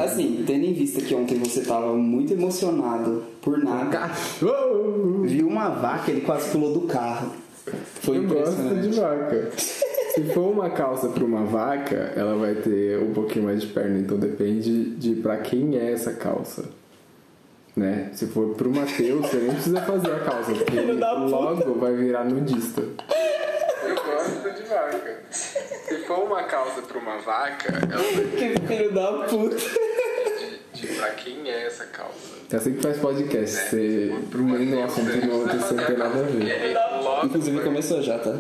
Assim, tendo em vista que ontem você tava muito emocionado por nada. Cachorro! Viu uma vaca, ele quase pulou do carro. Foi Eu gosto impressionante. de vaca. Se for uma calça pra uma vaca, ela vai ter um pouquinho mais de perna. Então depende de pra quem é essa calça. Né? Se for pro Matheus, você nem precisa fazer a calça, porque ele logo vai virar nudista. Eu gosto de vaca. Se for uma calça pra uma vaca, ela vai Que filho da puta. de pra quem é essa calça. É assim que faz podcast. Você emenda um assunto no outro sem ter nada a ver. Inclusive começou já, tá?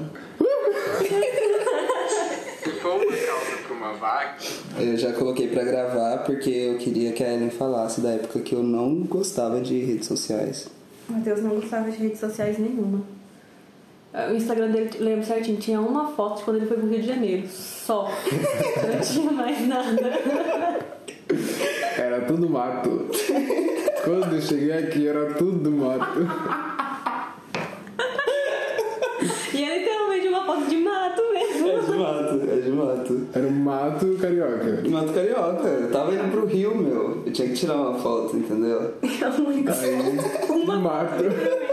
Se for uma calça pra uma vaca... Eu já coloquei pra gravar porque eu queria que a Ellen falasse da época que eu não gostava de redes sociais. Matheus não gostava de redes sociais nenhuma. O Instagram dele, lembro certinho, tinha uma foto de quando ele foi pro Rio de Janeiro. Só. Não tinha mais nada. Era tudo mato. Quando eu cheguei aqui era tudo mato. E é literalmente uma foto de mato mesmo. É de mato. Era um mato carioca. Mato carioca. Eu tava indo pro Rio, meu. Eu tinha que tirar uma foto, entendeu? É a única Aí, mato.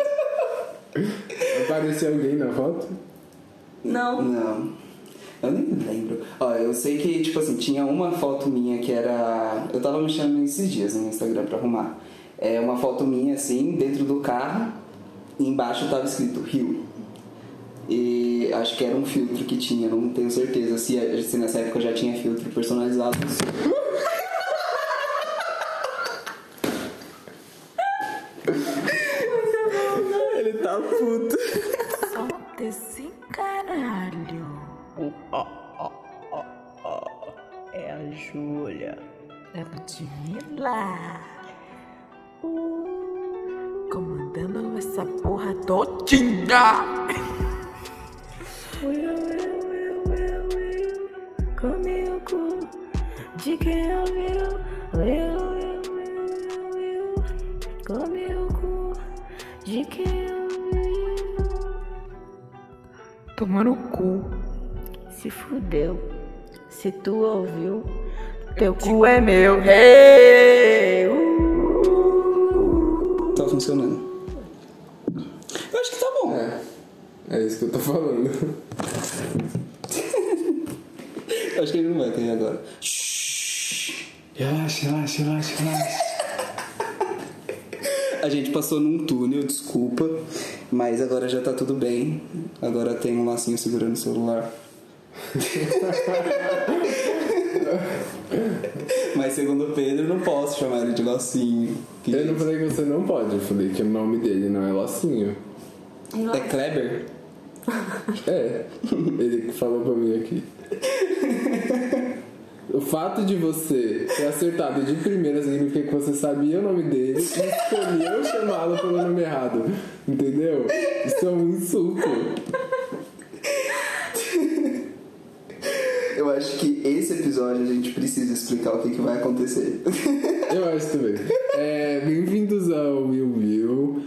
Apareceu alguém na foto? Não. Não. Eu nem lembro. Ó, eu sei que, tipo assim, tinha uma foto minha que era... Eu tava mexendo esses dias no Instagram pra arrumar. É uma foto minha, assim, dentro do carro. E embaixo tava escrito Rio. E acho que era um filtro que tinha, não tenho certeza se nessa época já tinha filtro personalizado. Ele tá puto. Solta esse caralho. É a Júlia. É a Ludmilla. Comandando essa porra todinha. Come o cu de quem ouviu. Come o cu de quem ouviu. Toma no cu. Se fudeu. Se tu ouviu, teu cu é meu. Hey! Tá funcionando. Eu acho que tá bom. É isso que eu tô falando. Eu acho que ele não vai cair agora. Relaxa. A gente passou num túnel, desculpa. Mas agora já tá tudo bem. Agora tem um lacinho segurando o celular. Mas segundo o Pedro, não posso chamar ele de lacinho. Eu não falei que você não pode, eu falei que o nome dele não é Lacinho. É Kleber? É, ele que falou pra mim aqui. O fato de você ter acertado de primeira significa que você sabia o nome dele e escolheu chamá-lo pelo nome errado. Entendeu? Isso é um insulto. Eu acho que esse episódio a gente precisa explicar o que vai acontecer. Eu acho também. Bem-vindos ao Will Will.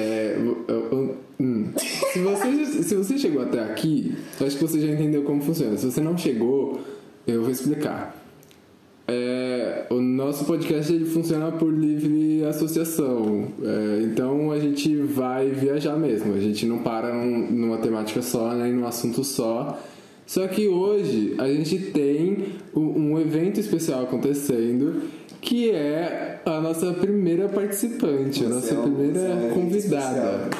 Se você chegou até aqui, eu acho que você já entendeu como funciona. Se você não chegou, eu vou explicar. O nosso podcast ele funciona por livre associação. Então a gente vai viajar mesmo. A gente não para numa temática só, nem num assunto só. Só que hoje a gente tem um evento especial acontecendo, que é a nossa primeira participante, a nossa primeira convidada.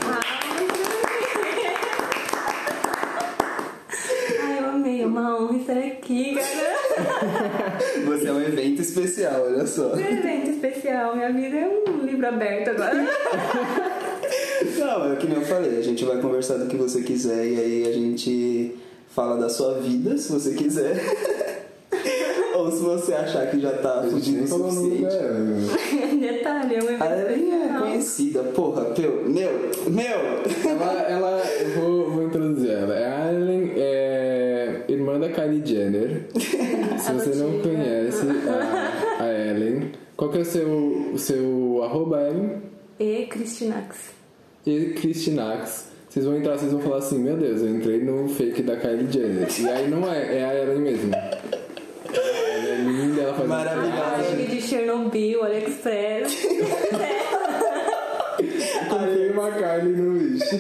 Ai, eu amei, é uma honra estar aqui, cara. Você é um evento especial, olha só. Um evento especial, minha vida é um livro aberto agora. Não, é que nem eu falei, a gente vai conversar do que você quiser e aí a gente fala da sua vida, se você quiser. Ou se você achar que já tá fudido o suficiente. Detalhe, é um evento A Ellen é especial. conhecida, porra, meu. Eu vou introduzir ela. A Ellen é irmã da Kylie Jenner. Se você não conhece a Ellen, qual que é o seu arroba, Ellen? E Cristinax. E Cristinax. Vocês vão entrar, vocês vão falar assim: meu Deus, eu entrei no fake da Kylie Jenner. E aí não é a Ellen mesmo. Ela é linda, ela faz Maravilhosa. Live de Chernobyl, AliExpress. Comprei uma carne no lixo.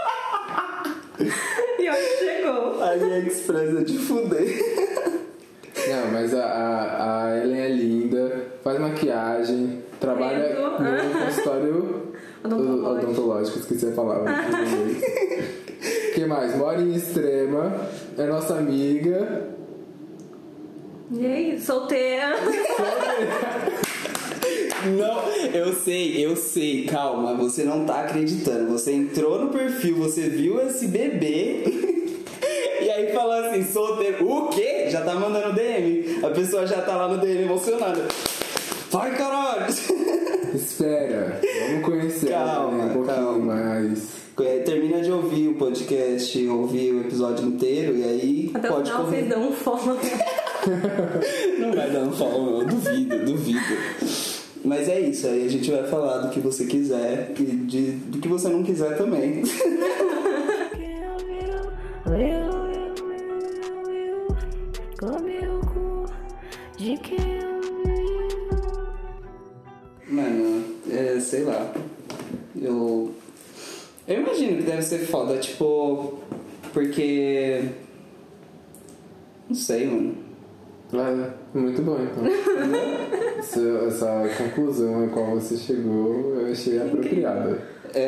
E onde chegou? AliExpress é de fuder. Não, mas a Ellen é linda, faz maquiagem, trabalha Lindo. no consultório odontológico, esqueci a palavra. O que mais? Mora em Extrema, é nossa amiga. E aí, solteira. Não, eu sei, calma, você não tá acreditando. Você entrou no perfil, você viu esse bebê e aí falou assim, solteiro. O quê? Já tá mandando DM. A pessoa já tá lá no DM emocionada. Vai, caralho! Espera, vamos conhecer Calma, um pouquinho calma. mais. Termina de ouvir o podcast, ouvir o episódio inteiro e aí Até pode o final correr. vocês dão um follow. Não vai dar um follow, não, duvido. Mas é isso, aí a gente vai falar do que você quiser e do que você não quiser também. De quem eu Mano, sei lá. Eu imagino que deve ser foda, tipo, porque. Não sei, mano. Muito bom, então. Essa conclusão a qual você chegou, eu achei apropriada.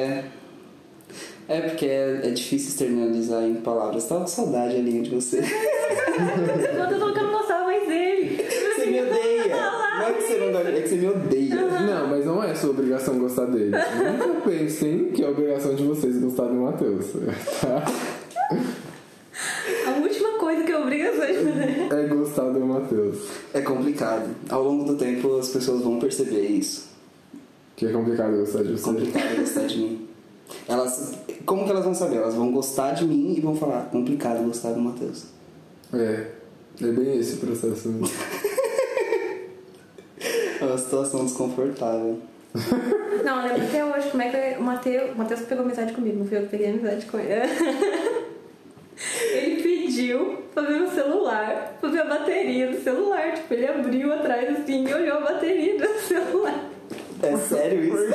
É porque é difícil externalizar em palavras. Tava com saudade ali de você. Eu tô falando que eu não gostava mais dele. Você me odeia. Não é que você não gosta, é que você me odeia. Não, mas não é sua obrigação gostar dele. Nunca pensem que é obrigação de vocês gostar do Matheus. Tá? A última coisa que eu obrigo as pessoas a fazer. É gostar do Matheus. É complicado. Ao longo do tempo as pessoas vão perceber isso. Que é complicado gostar de É você. complicado gostar de mim. Como que elas vão saber? Elas vão gostar de mim e vão falar, complicado gostar do Matheus. É bem esse processo mesmo. É uma situação desconfortável. Não, lembro até hoje como é que o Matheus pegou amizade comigo, não fui eu que peguei amizade com ele. Ele pediu pra ver o celular, pra ver a bateria do celular. Tipo, ele abriu atrás assim e olhou a bateria do celular. É sério isso?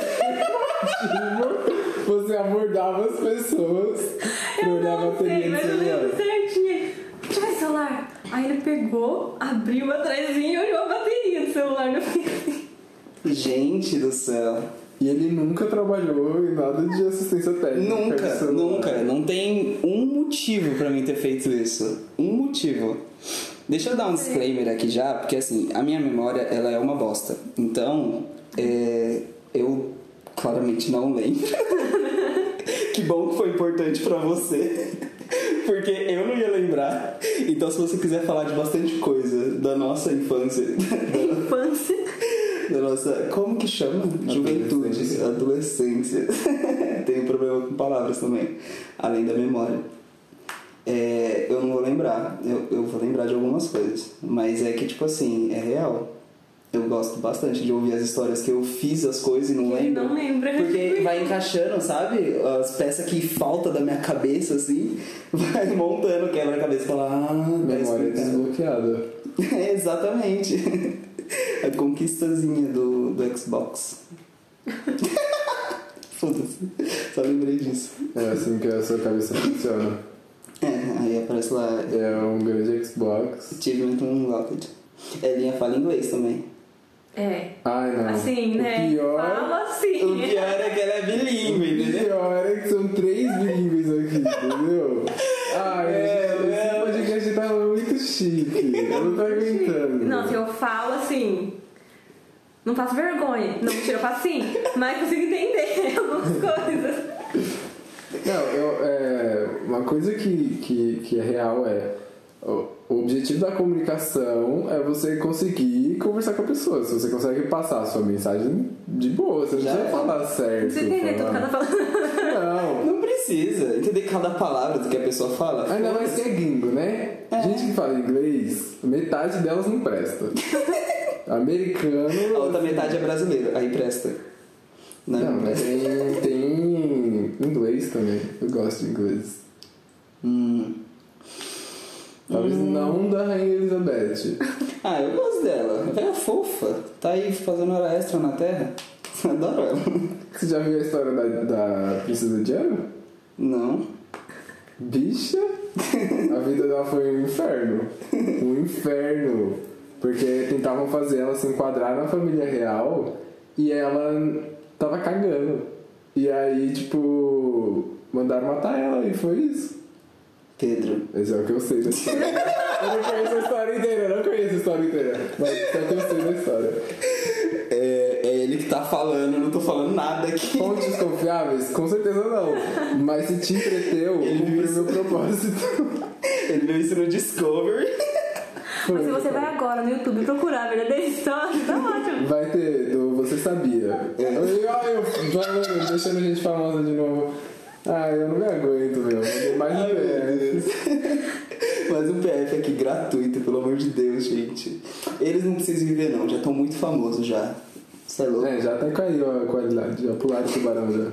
Você abordava as pessoas pra olhar a bateria do Mas eu celular. lembro certinho. Deixa eu ver o celular. Aí ele pegou, abriu atrás e olhou a bateria do celular. Eu fiquei assim. Gente do céu. E ele nunca trabalhou em nada de assistência técnica. Nunca, nunca. Não tem um motivo pra mim ter feito isso. Um motivo. Deixa eu dar um disclaimer aqui já, porque assim, a minha memória, ela é uma bosta. Então, eu claramente não lembro. Que bom que foi importante pra você. Porque eu não ia lembrar. Então, se você quiser falar de bastante coisa da nossa infância... Infância. Da nossa... Como que chama? Juventude. Adolescência. Tenho problema com palavras também. Além da memória. Eu não vou lembrar. Eu vou lembrar de algumas coisas. Mas é que, tipo assim, é real. Eu gosto bastante de ouvir as histórias que eu fiz as coisas e não Ele lembro. não lembra. Porque vai encaixando, sabe? As peças que faltam da minha cabeça, assim. Vai montando, quebra-cabeça e fala... Memória desbloqueada. Exatamente. A conquistazinha do Xbox. Foda-se. Só lembrei disso. É assim que a sua cabeça funciona. Aí aparece lá... É um grande Xbox. Achievement Unlocked. Elinha fala inglês também. Ai, não. Assim, né? O pior, Fala assim. O pior é que ela é bilíngue, entendeu? pior é que são 3 bilíngues aqui, entendeu? Ai, esse podcast tá muito chique. Eu não tô aguentando. Não, se eu falo assim, não faço vergonha. Não, mentira, eu faço sim, mas consigo entender algumas coisas. Não, uma coisa que é real é... O objetivo da comunicação é você conseguir conversar com a pessoa. Se você consegue passar a sua mensagem de boa, você não precisa falar certo. Você entender tudo que ela tá falando. Não precisa entender cada palavra do que a pessoa fala. Ainda mais que é gringo, né? Gente que fala inglês, metade delas não presta. Americano... A outra metade é brasileiro, aí presta. Não, mas tem inglês também. Eu gosto de inglês. Talvez não da Rainha Elizabeth. Ah, eu gosto dela. Ela é fofa. Tá aí fazendo hora extra na Terra. Adoro ela. Você já viu a história da Princesa Diana? Não. Bicha, a vida dela foi um inferno. Um inferno. Porque tentavam fazer ela se enquadrar na família real e ela tava cagando. E aí, tipo, mandaram matar ela e foi isso. Pedro. Esse é o que eu sei da história. Eu não conheço a história inteira, mas isso é o que eu sei da história. É ele que tá falando, eu não tô falando nada aqui. Fontes confiáveis? Com certeza não. Mas se te entreteu, cumpriu meu propósito. Ele viu isso no Discovery. Mas se você vai agora no YouTube procurar a verdadeira história, tá ótimo. Vai ter do Você Sabia. Eu falando, deixando a gente famosa de novo. Ai, eu não me aguento, meu. Vou mais um PF. Mais um PF aqui gratuito, pelo amor de Deus, gente. Eles não precisam viver, não. Já estão muito famosos já. Você é louco? É, já até caiu a qualidade. Já pularam o tubarão já.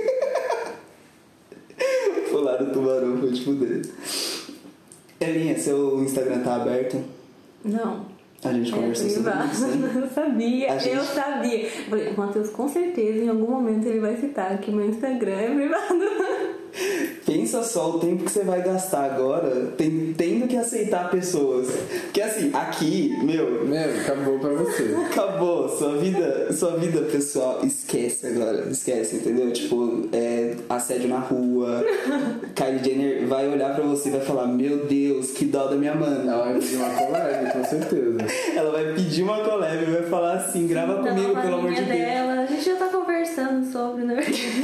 Pularam o tubarão, foi te fuder. Elinha, seu Instagram tá aberto? Não. A gente conversou sobre isso, né? Eu sabia, A gente- eu sabia. Eu falei, o Matheus com certeza em algum momento ele vai citar que meu Instagram é privado. Pensa só o tempo que você vai gastar agora tendo que aceitar pessoas. Porque assim, aqui, meu, Acabou pra você. acabou. Sua vida pessoal, esquece agora. Esquece, entendeu? Tipo, assédio na rua. Kylie Jenner vai olhar pra você e vai falar: Meu Deus, que dó da minha mana. Ela vai pedir uma collab, com certeza. Ela vai pedir uma collab e vai falar assim: grava comigo, Não, pelo amor de Deus. dela. A gente já tá conversando sobre, né?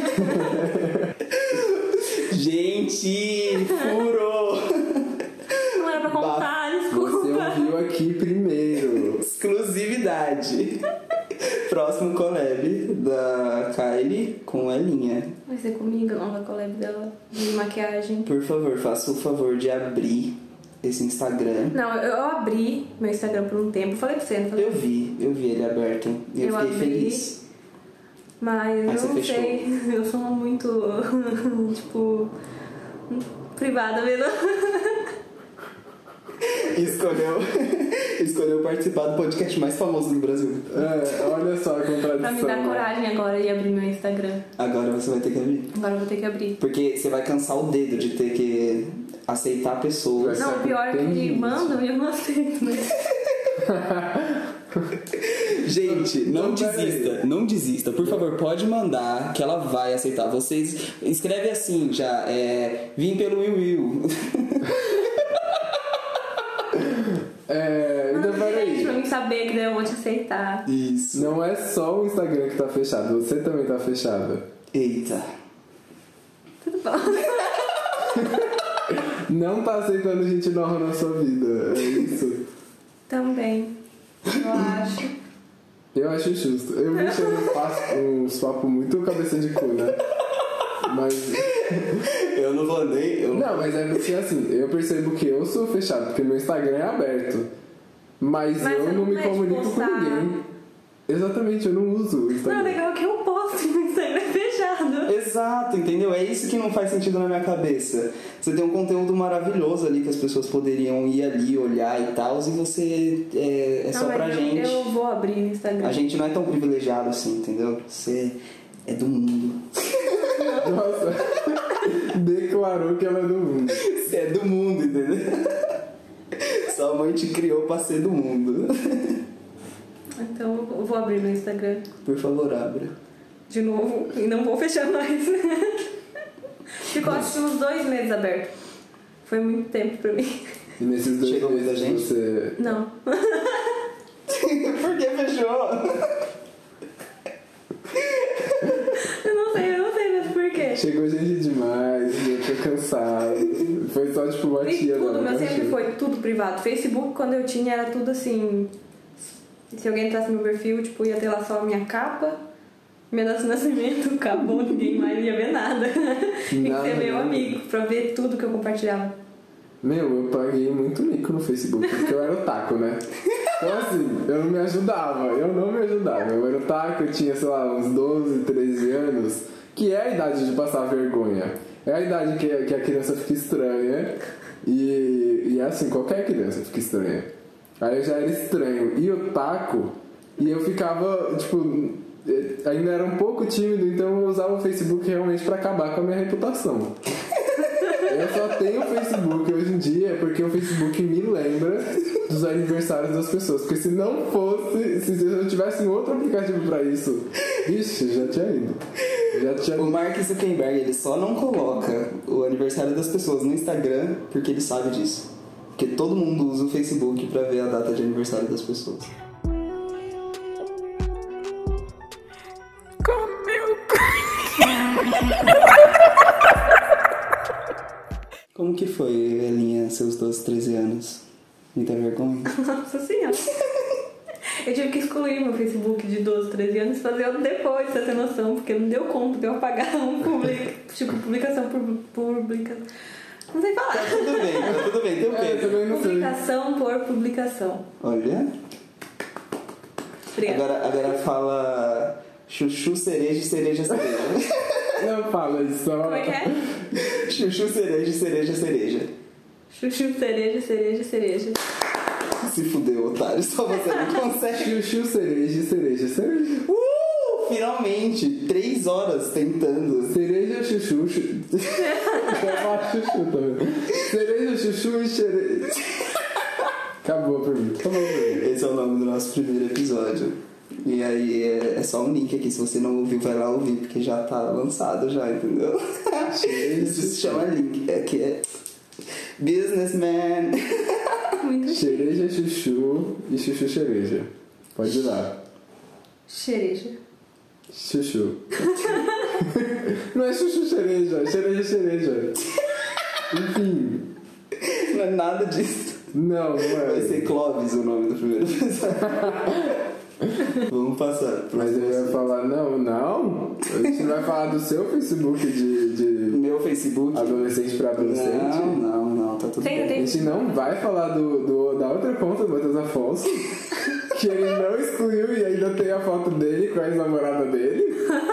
Gente, furou! Não era pra contar, desculpa. Você ouviu aqui primeiro. Exclusividade. Próximo collab da Kylie com a Elinha. Vai ser comigo a nova collab dela de maquiagem. Por favor, faça o favor de abrir esse Instagram. Não, eu abri meu Instagram por um tempo. Falei pra você, não falei? Eu vi ele aberto e eu fiquei abri, feliz. Mas Aí eu você não fechou. sei. Eu sou muito, tipo, privada mesmo. Escolheu participar do podcast mais famoso do Brasil. Olha só a contradição. Pra me dar né? coragem agora de abrir meu Instagram. Agora você vai ter que abrir. Agora eu vou ter que abrir. Porque você vai cansar o dedo de ter que aceitar pessoas. Não, o pior é que tem isso. mandam e eu não aceito, né? Gente, não Então, desista, não desista. Por favor, pode mandar que ela vai aceitar. Vocês escreve assim já, vim pelo Will. Então Pra peraí. mim saber que daí eu vou te aceitar. Isso. Não é só o Instagram que tá fechado, você também tá fechado. Eita. Tudo bom. Não tá aceitando gente nova na sua vida, é isso. Também. Eu acho. Eu acho justo. Eu vi uns papos muito cabeça de cu, né? Mas. Eu não vou nem. Não, mas é porque assim, eu percebo que eu sou fechado, porque meu Instagram é aberto. Mas Mas eu você não não me mexe comunico com postar. ninguém. Exatamente, eu não uso o Não, Instagram. legal que eu posto no Instagram fechado. Exato, entendeu? É isso que não faz sentido na minha cabeça. Você tem um conteúdo maravilhoso ali que as pessoas poderiam ir ali, olhar e tal, e você é só Não, mas pra gente. Eu vou abrir no Instagram. A gente não é tão privilegiado assim, entendeu? Você é do mundo. Nossa, declarou que ela é do mundo. Você é do mundo, entendeu? Sua mãe te criou pra ser do mundo. Então eu vou abrir meu Instagram Por favor, abra. de novo e não vou fechar mais. Ficou acho que uns 2 meses aberto. Foi muito tempo pra mim. E nesses 2 Chegou muita meses gente? você. Não. Por que fechou? Eu não sei mesmo por quê. Chegou gente demais, eu tô cansado. Foi só tipo uma E tia tudo, da meu sempre foi tudo privado. Facebook, quando eu tinha, era tudo assim. Se alguém entrasse no meu perfil, tipo, ia ter lá só a minha capa, minha data de nascimento, acabou, ninguém mais ia ver nada. Tem que ser meu amigo pra ver tudo que eu compartilhava. Meu, eu paguei muito mico no Facebook, porque eu era otaku, né? Então assim, eu não me ajudava. Eu era otaku, eu tinha, sei lá, uns 12, 13 anos, que é a idade de passar vergonha. É a idade que a criança fica estranha. E E é assim, qualquer criança fica estranha. Aí eu já era estranho e otaku, e eu ficava, tipo, ainda era um pouco tímido, então eu usava o Facebook realmente pra acabar com a minha reputação. Eu só tenho o Facebook hoje em dia porque o Facebook me lembra dos aniversários das pessoas. Porque se não fosse, se eu tivesse um outro aplicativo pra isso, vixe, já tinha ido. O Mark Zuckerberg, ele só não coloca o aniversário das pessoas no Instagram porque ele sabe disso. Porque todo mundo usa o Facebook pra ver a data de aniversário das pessoas. Como que foi, Elinha, seus 12, 13 anos? Muita vergonha? Nossa senhora. Eu tive que excluir meu Facebook de 12, 13 anos e fazer outro depois, pra ter noção, porque não deu conta de eu apagar publicação por publicação. Não sei falar. Tá tudo bem, tem o quê? Também não sei. Publicação por publicação. Olha. Obrigada. Agora fala chuchu, cereja, cereja, cereja. Não fala isso, só. Como é que é? Chuchu, cereja, cereja, cereja. Chuchu, cereja, cereja, cereja. Se fudeu, otário, só você não consegue. Chuchu, cereja, cereja, cereja. Finalmente, 3 horas tentando. Cereja, chuchu, Eu falar chuchu também. Cereja, chuchu e cereja. Acabou pra mim. Esse é o nome do nosso primeiro episódio. E aí é só um link aqui, se você não ouviu, vai lá ouvir, porque já tá lançado já, entendeu? Isso se chama link, que é Businessman. Cereja, chuchu e chuchu, cereja. Pode ir lá. Cereja. Chuchu. Não é chuchu, cereja, cereja, cereja. Enfim. Não é nada disso. Não é. Vai ser Clóvis o nome do primeiro episódio. Vamos passar. Mas ele vai falar, não. A gente vai falar do seu Facebook de Meu Facebook. adolescente pra adolescente. Não, tá tudo Tem, bem. A gente não vai falar da outra conta do Matheus Afonso, que ele não excluiu e ainda tem a foto dele com a ex-namorada dele.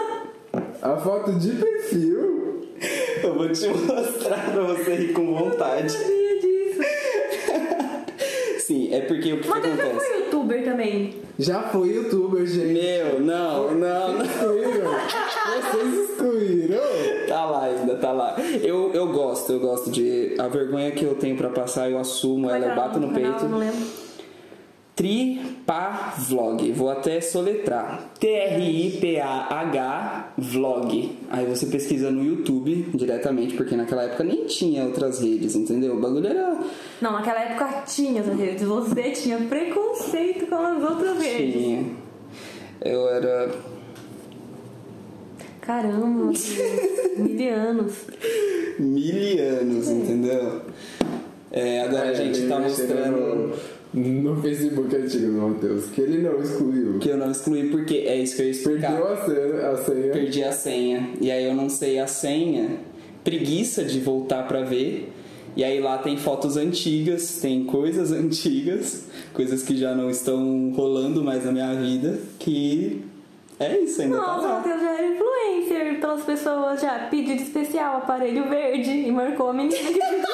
A foto de perfil. Eu vou te mostrar pra você rir com vontade. Eu sabia disso. Sim, é porque o que Mas você acontece? foi youtuber também. Já foi youtuber, gente. Meu, não. Excluíram. Vocês excluíram. Tá lá ainda, tá lá. Eu gosto de... A vergonha que eu tenho pra passar, eu assumo ela, eu bato no peito. Não lembro. Tripavlog. Vou até soletrar. TRIPAH Vlog. Aí você pesquisa no YouTube diretamente, porque naquela época nem tinha outras redes, entendeu? O bagulho era... Não, naquela época tinha essas redes. Você tinha preconceito com as outras redes. Tinha. Eu era... Caramba, 1000 anos. 1000 anos, entendeu? Agora a gente tá mostrando... No Facebook antigo do Matheus, que ele não excluiu. Que eu não excluí porque é isso que eu ia explicar. Perdeu a senha. Perdi a senha. E aí eu não sei a senha. Preguiça de voltar pra ver. E aí lá tem fotos antigas, tem coisas antigas, coisas que já não estão rolando mais na minha vida, que é isso, ainda Nossa, tá o lá. Matheus já era influencer pelas pessoas já. Pedido especial, aparelho verde. E marcou a menina que pediu.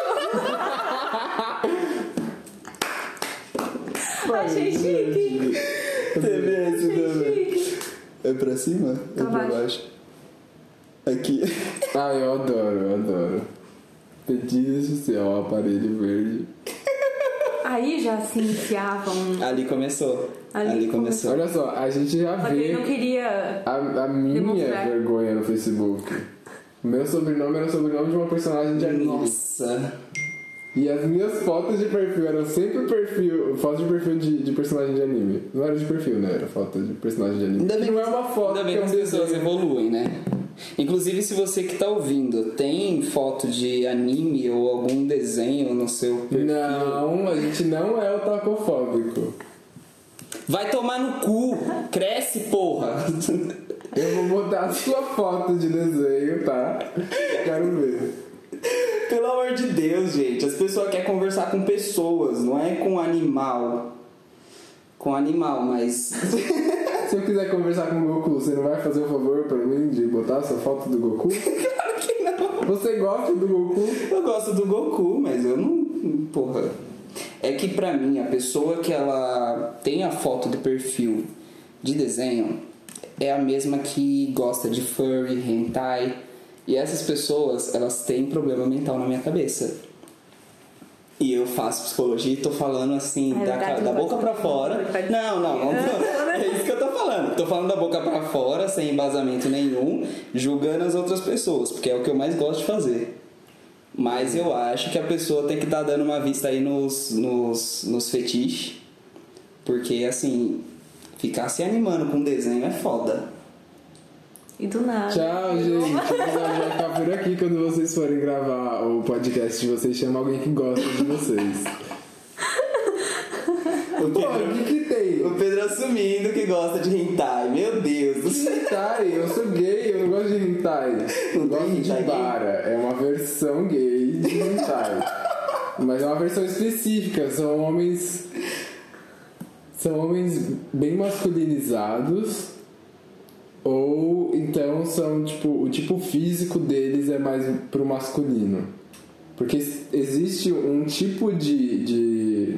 Achei chique. Teve esse também. É pra cima? É pra baixo? Aqui. Ah, eu adoro. Pedido especial, aparelho verde. Aí já se iniciava um... Ali começou. Ali começou. Olha só, a gente já Só que ele não vê queria... a minha demonstrar. vergonha no Facebook. Meu sobrenome era o sobrenome de uma personagem de anime. Nossa. E as minhas fotos de perfil eram sempre foto de perfil de personagem de anime. Não era de perfil, né? Era foto de personagem de anime. Ainda bem não é uma foto. Ainda bem que as pessoas evoluem, né? Inclusive, se você que tá ouvindo tem foto de anime ou algum desenho no seu perfil... Não, a gente não é otacofóbico. Vai tomar no cu! Cresce, porra! Eu vou botar a sua foto de desenho, tá? Quero ver. Pelo amor de Deus, gente. As pessoas querem conversar com pessoas, não é com animal. Com animal, mas... Se eu quiser conversar com o Goku, você não vai fazer o favor pra mim de botar a sua foto do Goku? Claro que não. Você gosta do Goku? Eu gosto do Goku, mas eu não porra. É que pra mim, a pessoa que ela tem a foto de perfil de desenho é a mesma que gosta de furry, hentai. E essas pessoas, elas têm problema mental na minha cabeça. E eu faço psicologia e tô falando assim, da boca pra fora. Não. É isso que eu tô falando. Tô falando da boca pra fora, sem embasamento nenhum, julgando as outras pessoas, porque é o que eu mais gosto de fazer. Mas eu acho que a pessoa tem que estar dando uma vista aí nos fetiches. Porque, assim, ficar se animando com desenho é foda. E do nada. Tchau, gente. O episódio vai ficar por aqui. Quando vocês forem gravar o podcast de vocês, chama alguém que gosta de vocês. O que tem? O Pedro assumindo que gosta de hentai. Meu Deus do céu. Hentai, eu sou gay, eu não gosto de hentai. Eu gosto de bara. É uma versão gay de hentai. Mas é uma versão específica. São homens bem masculinizados. Ou então são tipo, o tipo físico deles é mais pro masculino. Porque existe um tipo de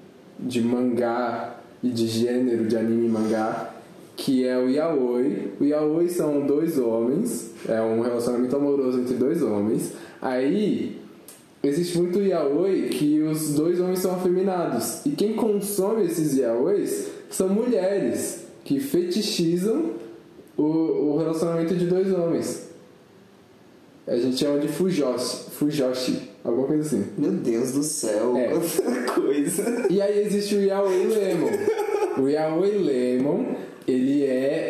mangá e de gênero de anime e mangá que é o yaoi. O yaoi são dois homens, é um relacionamento amoroso entre dois homens. Aí existe muito yaoi que os dois homens são afeminados. E quem consome esses yaois são mulheres que fetichizam o relacionamento de dois homens. A gente chama de fujoshi, alguma coisa assim. Meu Deus do céu, outra coisa. E aí existe o yaoi lemon. O yaoi lemon, ele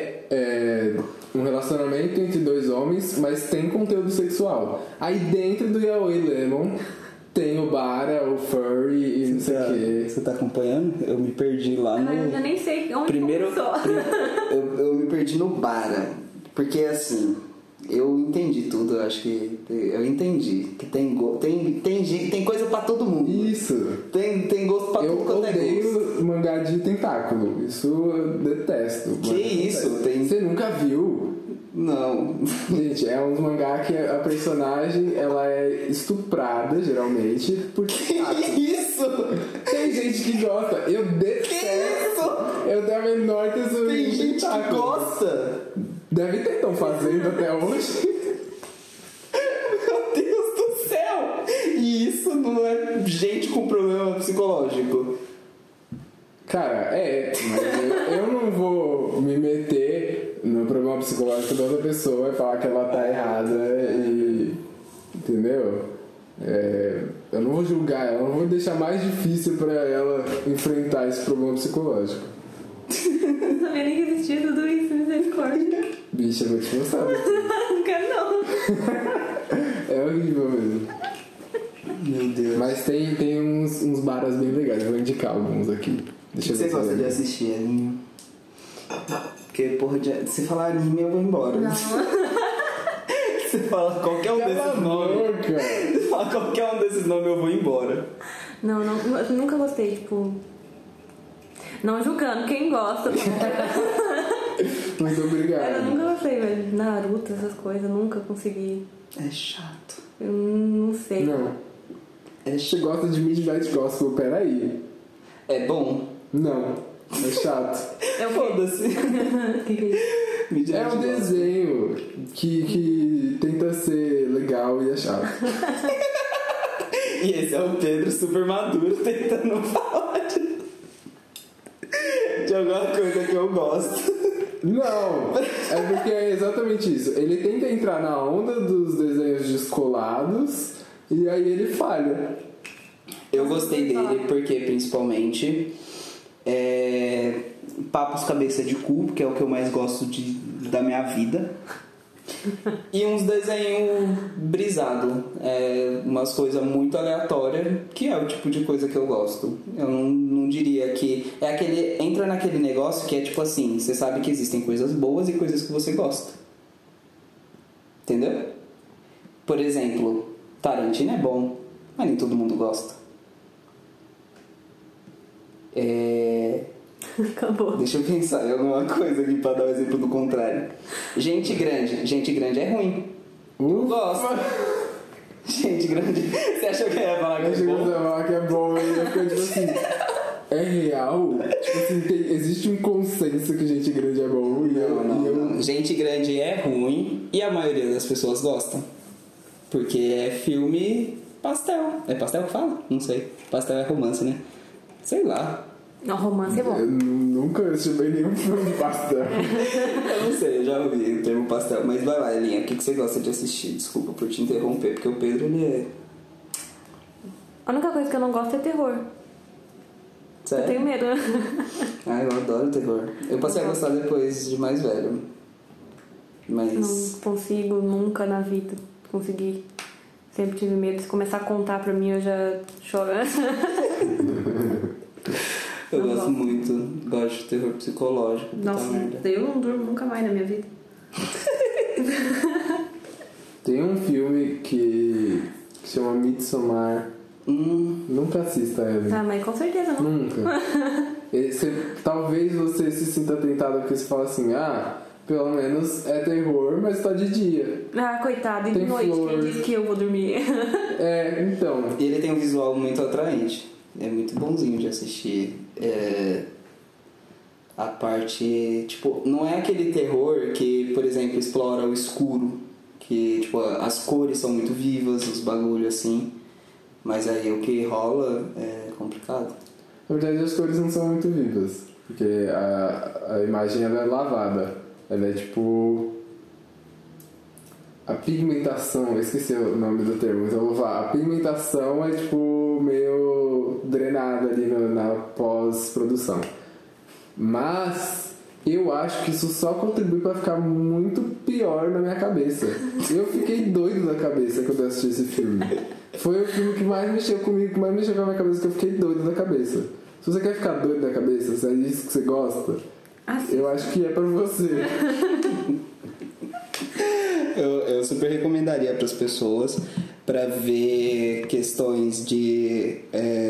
é um relacionamento entre dois homens, mas tem conteúdo sexual. Aí dentro do yaoi lemon tem o bara, o furry e não sei o que. Você tá acompanhando? Eu me perdi lá no... Eu já nem sei onde primeiro, começou. Eu me perdi no bara. Porque assim, eu entendi tudo. Eu acho que eu entendi que tem coisa pra todo mundo. Isso. Tem gosto pra tudo quanto é gosto. Eu odeio mangá de tentáculo. Isso eu detesto. Que isso? Você nunca viu? Não. Gente, é um mangá que a personagem ela é estuprada, geralmente, por tentáculo. Que isso? Tem gente que gosta. Eu detesto. Que isso? Eu tenho a menor tesourinha. Tem gente que gosta. Deve ter, estão fazendo até hoje. Meu Deus do céu! E isso não é gente com problema psicológico. Cara, mas eu não vou me meter no problema psicológico da outra pessoa e falar que ela tá errada e... Entendeu? Eu não vou julgar ela, eu não vou deixar mais difícil pra ela enfrentar esse problema psicológico. Não sabia nem que existia tudo isso, misericórdia. Bicha, eu vou te mostrar. Não quero não. É horrível mesmo. Meu Deus. Mas tem uns baras bem legais, eu vou indicar alguns aqui. O que você gosta de assistir, anime? Porque, porra, se falar anime eu vou embora. Não. Você fala qualquer um desses nomes. Você fala qualquer um desses nomes eu vou embora. Não, eu nunca gostei, tipo... Não julgando quem gosta. Muito obrigado. Eu nunca gostei, velho. Naruto, essas coisas, nunca consegui. É chato. Eu não sei. Não. Você gosta de Midnight Gospel, peraí. É bom? Não. É chato. Foda-se. É um desenho que tenta ser legal e é chato. E esse é o Pedro super maduro tentando falar de alguma coisa que eu gosto. Não, é porque é exatamente isso. Ele tenta entrar na onda dos desenhos descolados e aí ele falha. Eu gostei dele porque, principalmente, papos cabeça de cu, que é o que eu mais gosto da minha vida. E uns desenhos brisados, umas coisas muito aleatórias, que é o tipo de coisa que eu gosto. Eu não diria que... entra naquele negócio que é tipo assim, você sabe que existem coisas boas e coisas que você gosta. Entendeu? Por exemplo, Tarantino é bom, mas nem todo mundo gosta. Acabou. Deixa eu pensar em alguma coisa aqui pra dar o exemplo do contrário. Gente grande é ruim. Eu gosto. Gente grande. Você achou que eu ia falar que Eu é achei que bom? você ia falar que é bom e eu fiquei tipo assim. É real? Tipo assim, existe um consenso que gente grande é bom e Não. Gente grande é ruim e a maioria das pessoas gostam. Porque é filme pastel. É pastel que fala? Não sei. Pastel é romance, né? Sei lá. Não, romance é bom. Eu nunca assisti nenhum filme de pastel. Eu não sei, eu já ouvi o termo pastel. Mas vai lá, Elinha, o que você gosta de assistir? Desculpa por te interromper, porque o Pedro, ele é... A única coisa que eu não gosto é terror. Sério? Eu tenho medo. Ah, eu adoro terror. Eu passei a gostar depois de mais velho. Mas... Não consigo nunca na vida conseguir. Sempre tive medo. Se começar a contar pra mim, eu já choro. Eu Não gosto gosto. muito. Gosto de terror psicológico. puta Nossa, merda. eu não durmo nunca mais na minha vida. Tem um filme que chama Midsommar. Nunca assista ele. Tá, mas com certeza não. Nunca. Talvez você se sinta tentado porque você fala assim, pelo menos é terror, mas tá de dia. Ah, coitado, e de Tem noite flor. quem diz que eu vou dormir? Então. E ele tem um visual muito atraente. É muito bonzinho de assistir. A parte... Tipo, não é aquele terror que, por exemplo, explora o escuro. Que, tipo, as cores são muito vivas, os bagulhos assim. Mas aí o que rola é complicado. Na verdade as cores não são muito vivas. Porque a imagem ela é lavada. Ela é tipo... A pigmentação, eu esqueci o nome do termo, então eu vou falar. A pigmentação é tipo meio drenada ali na pós-produção. Mas eu acho que isso só contribui pra ficar muito pior na minha cabeça. Eu fiquei doido da cabeça quando eu assisti esse filme. Foi o filme que mais mexeu comigo, que mais mexeu com a minha cabeça, que eu fiquei doido da cabeça. Se você quer ficar doido da cabeça, se é isso que você gosta, eu acho que é pra você. Eu super recomendaria para as pessoas para ver questões de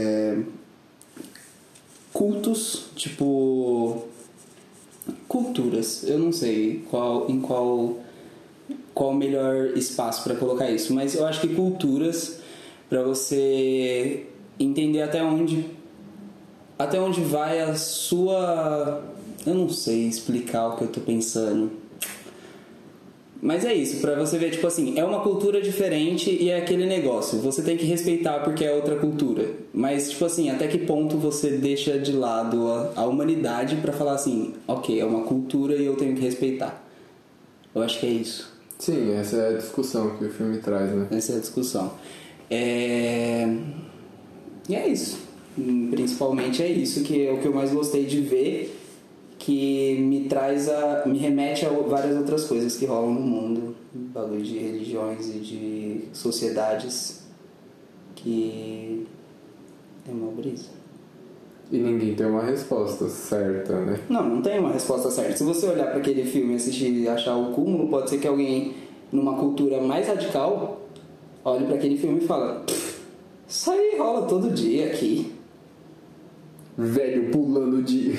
cultos, tipo culturas. Eu não sei qual o melhor espaço para colocar isso, mas eu acho que culturas para você entender até onde vai a sua... Eu não sei explicar o que eu tô pensando. Mas é isso, pra você ver, tipo assim, é uma cultura diferente e é aquele negócio. Você tem que respeitar porque é outra cultura. Mas, tipo assim, até que ponto você deixa de lado a humanidade pra falar assim, ok, é uma cultura e eu tenho que respeitar. Eu acho que é isso. Sim, essa é a discussão que o filme traz, né? Essa é a discussão. E é isso. Principalmente é isso que é o que eu mais gostei de ver, que me remete a várias outras coisas que rolam no mundo, bagulho de religiões e de sociedades, que é uma brisa. E ninguém tem uma resposta certa, né? Não tem uma resposta certa. Se você olhar para aquele filme e assistir e achar o cúmulo, pode ser que alguém numa cultura mais radical olhe para aquele filme e fala, isso aí rola todo dia aqui. Velho pulando de...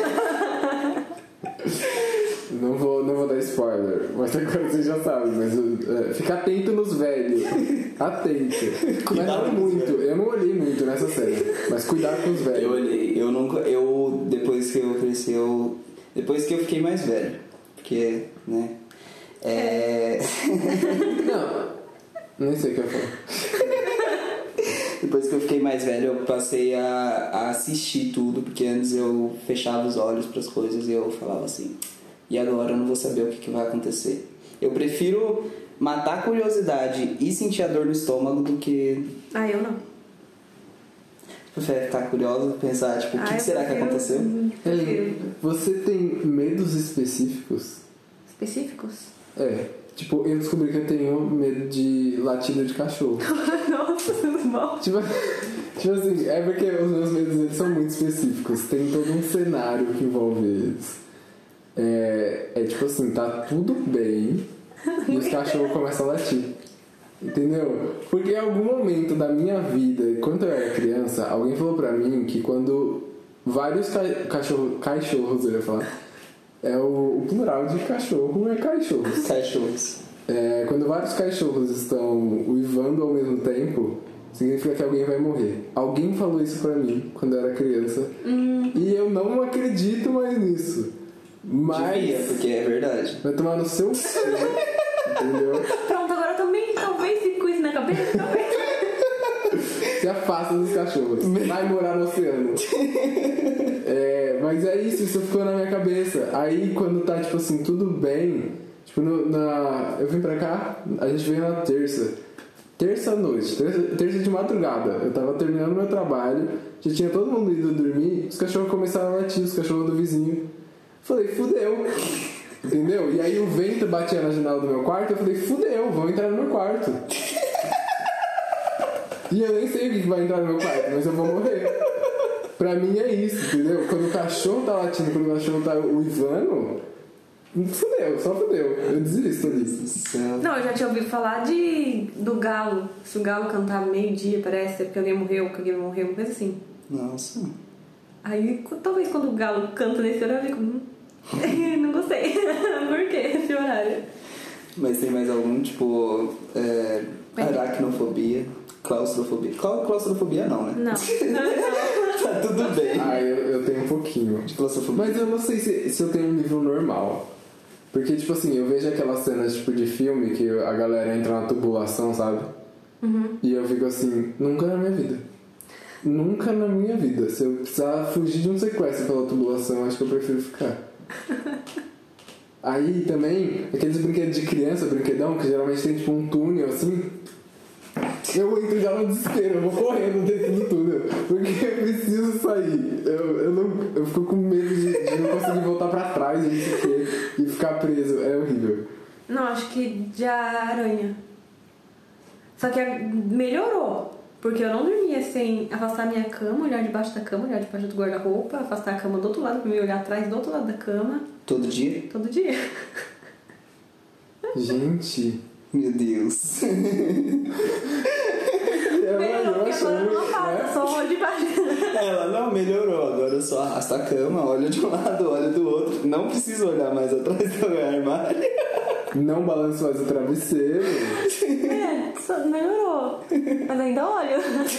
Não vou dar spoiler, mas agora você já sabe, mas fica atento nos velhos. Atento. Mas não muito, eu não olhei muito nessa série, mas cuidado com os velhos. Eu olhei, depois que eu cresci, depois que eu fiquei mais velho, porque, né, Não, nem sei o que eu falo. Depois que eu fiquei mais velho, eu passei a assistir tudo, porque antes eu fechava os olhos para as coisas e eu falava assim, e agora eu não vou saber o que vai acontecer. Eu prefiro matar a curiosidade e sentir a dor no estômago do que... Eu não. Prefere ficar curiosa, pensar, tipo, o que será que aconteceu? Você tem medos específicos? Específicos? Tipo, eu descobri que eu tenho medo de latido de cachorro. Nossa, tudo bom. Tipo assim, é porque os meus medos eles são muito específicos. Tem todo um cenário que envolve eles. Tipo assim, tá tudo bem e os cachorros começam a latir. Entendeu? Porque em algum momento da minha vida, quando eu era criança, alguém falou pra mim que quando vários cachorros, eu ia falar, o plural de cachorro é cachorros. Cachorros. Quando vários cachorros estão uivando ao mesmo tempo, significa que alguém vai morrer. Alguém falou isso pra mim quando eu era criança. E eu não acredito mais nisso. Mas... Devia, porque é verdade. vai tomar no seu cu, entendeu? Pronto, agora eu também talvez fique com isso na cabeça, talvez. Se afasta dos cachorros. Vai morar no oceano. Mas é isso ficou na minha cabeça. Aí quando tá, tipo assim, tudo bem. Tipo, eu vim pra cá, a gente veio na terça noite, terça de madrugada. Eu tava terminando meu trabalho, já tinha todo mundo ido dormir, os cachorros começaram a latir, os cachorros do vizinho. Falei, fudeu. Entendeu? E aí o vento batia na janela do meu quarto, eu falei, fudeu, vão entrar no meu quarto. E eu nem sei o que vai entrar no meu quarto, mas eu vou morrer. Pra mim é isso, entendeu? Quando o cachorro tá latindo, quando o cachorro tá uivando, fudeu, só fudeu. Eu desisto disso. Não, eu já tinha ouvido falar do galo. Se o galo cantar meio-dia, parece, é porque alguém morreu, uma coisa assim. Nossa. Aí, talvez quando o galo canta nesse horário, eu fico... não gostei. Por que esse horário? Mas tem mais algum, tipo... aracnofobia, claustrofobia. Claustrofobia não, né? Não. Tá tudo bem. Eu tenho um pouquinho. De claustrofobia. Mas eu não sei se eu tenho um nível normal. Porque, tipo assim, eu vejo aquelas cenas tipo de filme que a galera entra na tubulação, sabe? E eu fico assim, nunca na minha vida. Nunca na minha vida. Se eu precisar fugir de um sequestro pela tubulação, acho que eu prefiro ficar. Aí também, aqueles brinquedos de criança, brinquedão, que geralmente tem tipo um túnel assim. Eu entro já no desespero, eu vou correndo dentro do túnel, porque eu preciso sair. Eu fico com medo de não conseguir voltar pra trás e ficar preso. É horrível. Não, acho que de aranha. Só que melhorou. Porque eu não dormia sem afastar minha cama, olhar debaixo da cama, olhar debaixo do guarda-roupa, afastar a cama do outro lado pra me olhar atrás do outro lado da cama. Todo dia? Todo dia. Gente. Meu Deus. Melhorou, porque agora eu não afasto, só olho debaixo. Ela não melhorou, agora eu só arrasto a cama, olho de um lado, olho do outro. Não preciso olhar mais atrás do armário. Não balanço mais o travesseiro. Só melhorou. Mas ainda olho.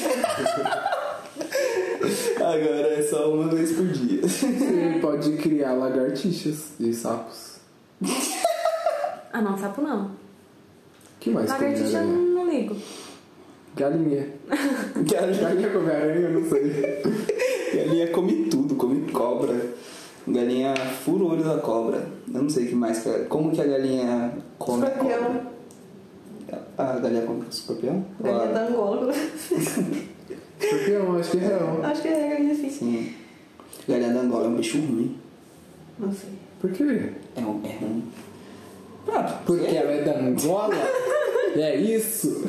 Agora é só uma vez por dia. Você pode criar lagartixas e sapos. Ah, não, sapo não. O que mais come Lagartixa aranha? não ligo. Galinha. Galinha come aranha, eu não sei. Galinha come tudo, come cobra. Galinha fura o olho da cobra. Eu não sei o que mais. Como que a galinha come Escorpião. cobra? A galinha come escorpião? Galinha da Angola. Escorpião, acho que é real. Acho que é galinha assim. Sim. Galinha da Angola é um bicho ruim. Não sei. Por quê? É ruim. Porque ela é da Angola? É isso?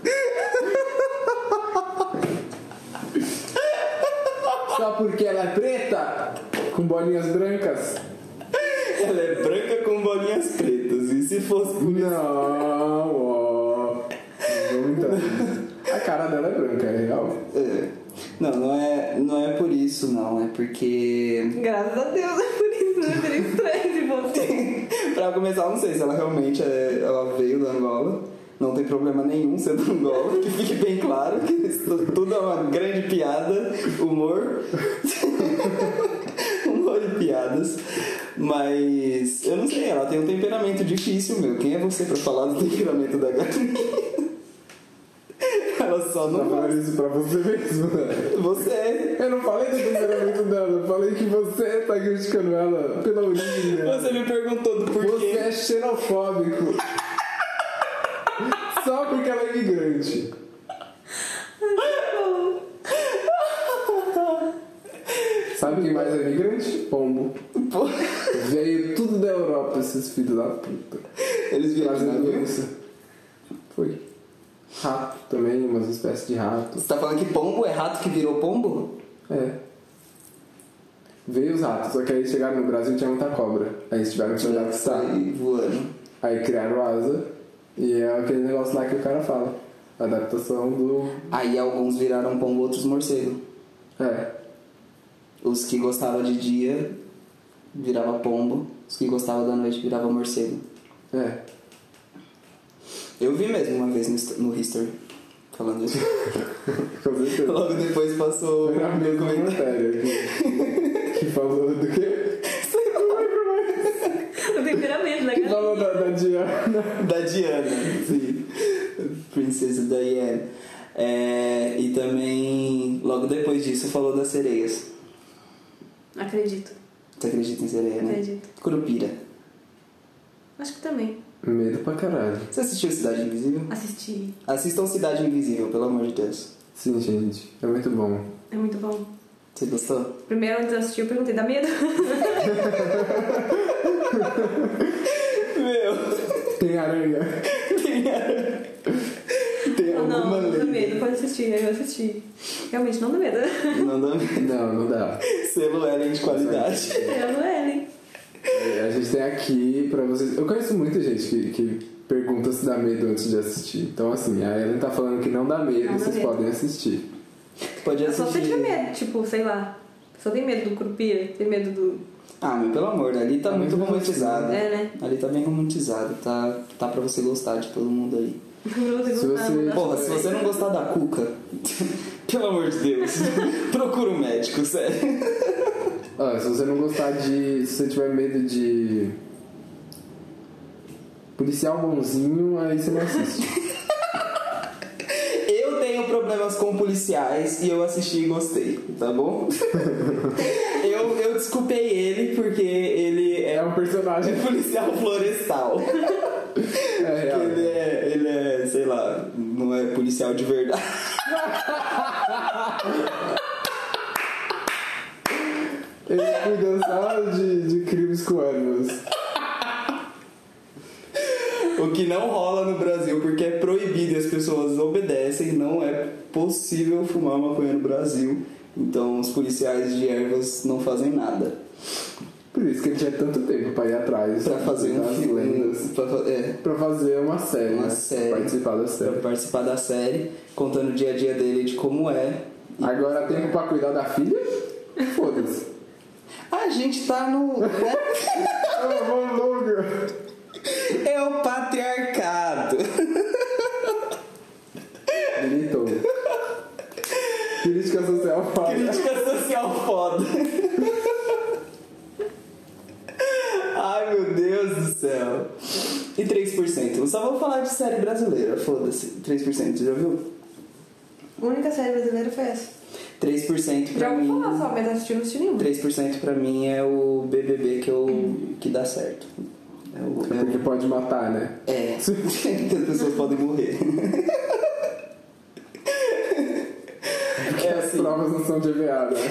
Só porque ela é preta? Com bolinhas brancas? Ela é branca com bolinhas pretas. E se fosse por isso? Não, ó. Vamos entrar. A cara dela é branca, é real. É. Não é por isso, não. É porque... Graças a Deus, é por isso. Não seria estranho se fosse. Pra começar, eu não sei se ela realmente ela veio da Angola. Não tem problema nenhum ser da Angola. Que fique bem claro que isso tudo é uma grande piada. Humor. Humor e piadas. Mas eu não sei, ela tem um temperamento difícil, meu. Quem é você pra falar do temperamento da galinha? Ela só não Tá falando isso pra você mesmo, né? Você. Eu não falei do temperamento dela, eu falei que você tá criticando ela pela origem dela. Você me perguntou do porquê. Você é xenofóbico. Só porque ela é imigrante. Sabe quem mais é imigrante? Pombo. Pô, Veio tudo da Europa, esses filhos da puta. eles vieram de Fazendo navio? doença. Foi. Rato também, umas espécies de rato. Você tá falando que pombo é rato que virou pombo? É. Veio os ratos, só que aí chegaram no Brasil e tinha muita cobra. Aí eles tiveram que adaptar. Sai voando. Aí criaram asa. E é aquele negócio lá que o cara fala. Adaptação do... Aí alguns viraram pombo, outros morcego. É. Os que gostavam de dia virava pombo. Os que gostavam da noite virava morcego. É. Eu vi mesmo uma vez no History falando isso. Com certeza. Logo depois passou Foi a mesma matéria que falou do quê? O temperamento, né? Que falou da Diana. Da Diana, sim. Princesa Diana. E também, logo depois disso, falou das sereias. Acredito. Você acredita em sereia, né? Acredito. Curupira. Acho que também. Medo pra caralho. Você assistiu Cidade Invisível? Assisti. Assistam Cidade Invisível, pelo amor de Deus. Sim, gente. É muito bom. É muito bom. Você gostou? Primeiro, antes de assistir, eu perguntei, dá medo? Meu, Tem aranha. tem alguma Não dá lei. medo, pode assistir. Aí eu assisti. Realmente, não dá medo. Não dá medo. Não dá. Selo Ellen de qualidade. Eu não é, hein? A gente tem aqui pra vocês. Eu conheço muita gente que pergunta se dá medo antes de assistir. Então, assim, a Ellen tá falando que não dá medo, Não dá vocês medo. podem assistir. Pode Só você assistir. tinha medo, tipo, sei lá. Só tem medo do curupira, tem medo do... Ah, mas pelo amor, ali tá muito romantizado. É, né? Ali tá bem romantizado. Tá pra você gostar de todo mundo aí. Se você- Porra, se você não gostar da Cuca, pelo amor de Deus, procura um médico, sério. Ó, se você não gostar de. Se você tiver medo de. Policial bonzinho, aí você não assiste. Eu tenho problemas com policiais e eu assisti e gostei, tá bom? eu desculpei ele porque ele É um personagem. policial florestal. É real. Ele é, sei lá, não é policial de verdade. Ele cuida só de crimes com animais. O que não rola no Brasil, porque é proibido e as pessoas obedecem, não é possível fumar maconha no Brasil. Então os policiais de ervas não fazem nada. Por isso que ele tinha tanto tempo pra ir atrás. Pra fazer um das filme. lendas. Pra fazer uma série. Uma né? série. Participar da Pra série. participar da série, contando o dia a dia dele de como é. Agora tempo pra cuidar da filha? Foda-se. A gente tá no. Né? Vamos logo. É o patriarcado. Gritou. Crítica social foda. Crítica social foda. Ai meu Deus do céu. E 3%? Eu só vou falar de série brasileira, foda-se. 3%, você já viu? A única série brasileira foi essa. 3% pra Já ouvi mim. falar só, mas assisti não assisti nenhum. 3% pra mim é o BBB que dá certo. Porque pode matar, né? É, que as pessoas podem morrer. É As assim. provas não são de EVA, né?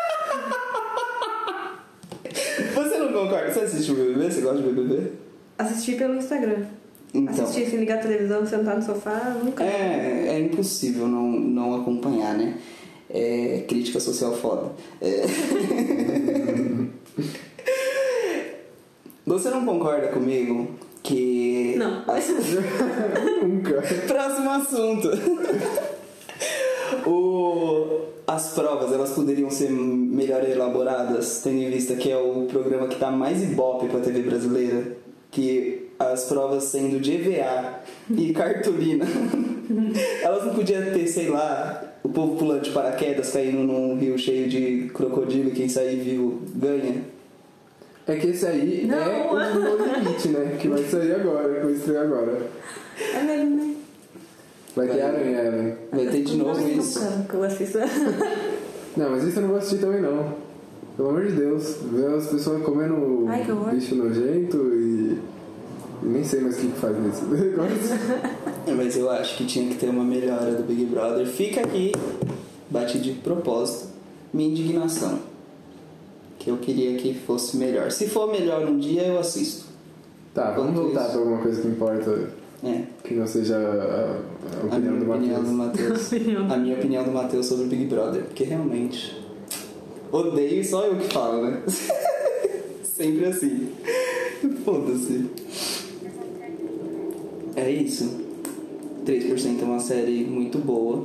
Você não concorda? Você assiste o BBB? Você gosta de BBB? Assisti pelo Instagram. Então. Assisti sem ligar a televisão, sentar no sofá, nunca. É impossível não acompanhar, né? É crítica social foda. Você não concorda comigo que... Não. Nunca. Próximo assunto. As provas, elas poderiam ser melhor elaboradas, tendo em vista que é o programa que dá mais ibope pra TV brasileira, que as provas sendo de EVA e cartolina, elas não podiam ter, sei lá, o povo pulando de paraquedas, caindo num rio cheio de crocodilo e quem sair vivo ganha. É que esse aí Não. é o No Limite, né? Que vai sair agora, que vai estrear agora. É mesmo, né? Vai ter aranha, né? Vai ter de novo Não, isso. que eu assisto. Não, mas isso eu não vou assistir também não. Pelo amor de Deus. Ver as pessoas comendo Ai, que horror. bicho nojento e nem sei mais o que faz nesse negócio. Mas eu acho que tinha que ter uma melhora do Big Brother. Fica aqui, bati de propósito, minha indignação. Que eu queria que fosse melhor. Se for melhor um dia, eu assisto. Tá, vamos Quanto voltar isso? pra alguma coisa que importa, É. que não seja a A opinião minha do opinião do Matheus. Matheus. A minha opinião do Matheus sobre o Big Brother. Porque realmente. Odeio e só eu que falo, né? Sempre assim. Foda-se. É isso. 3% é uma série muito boa.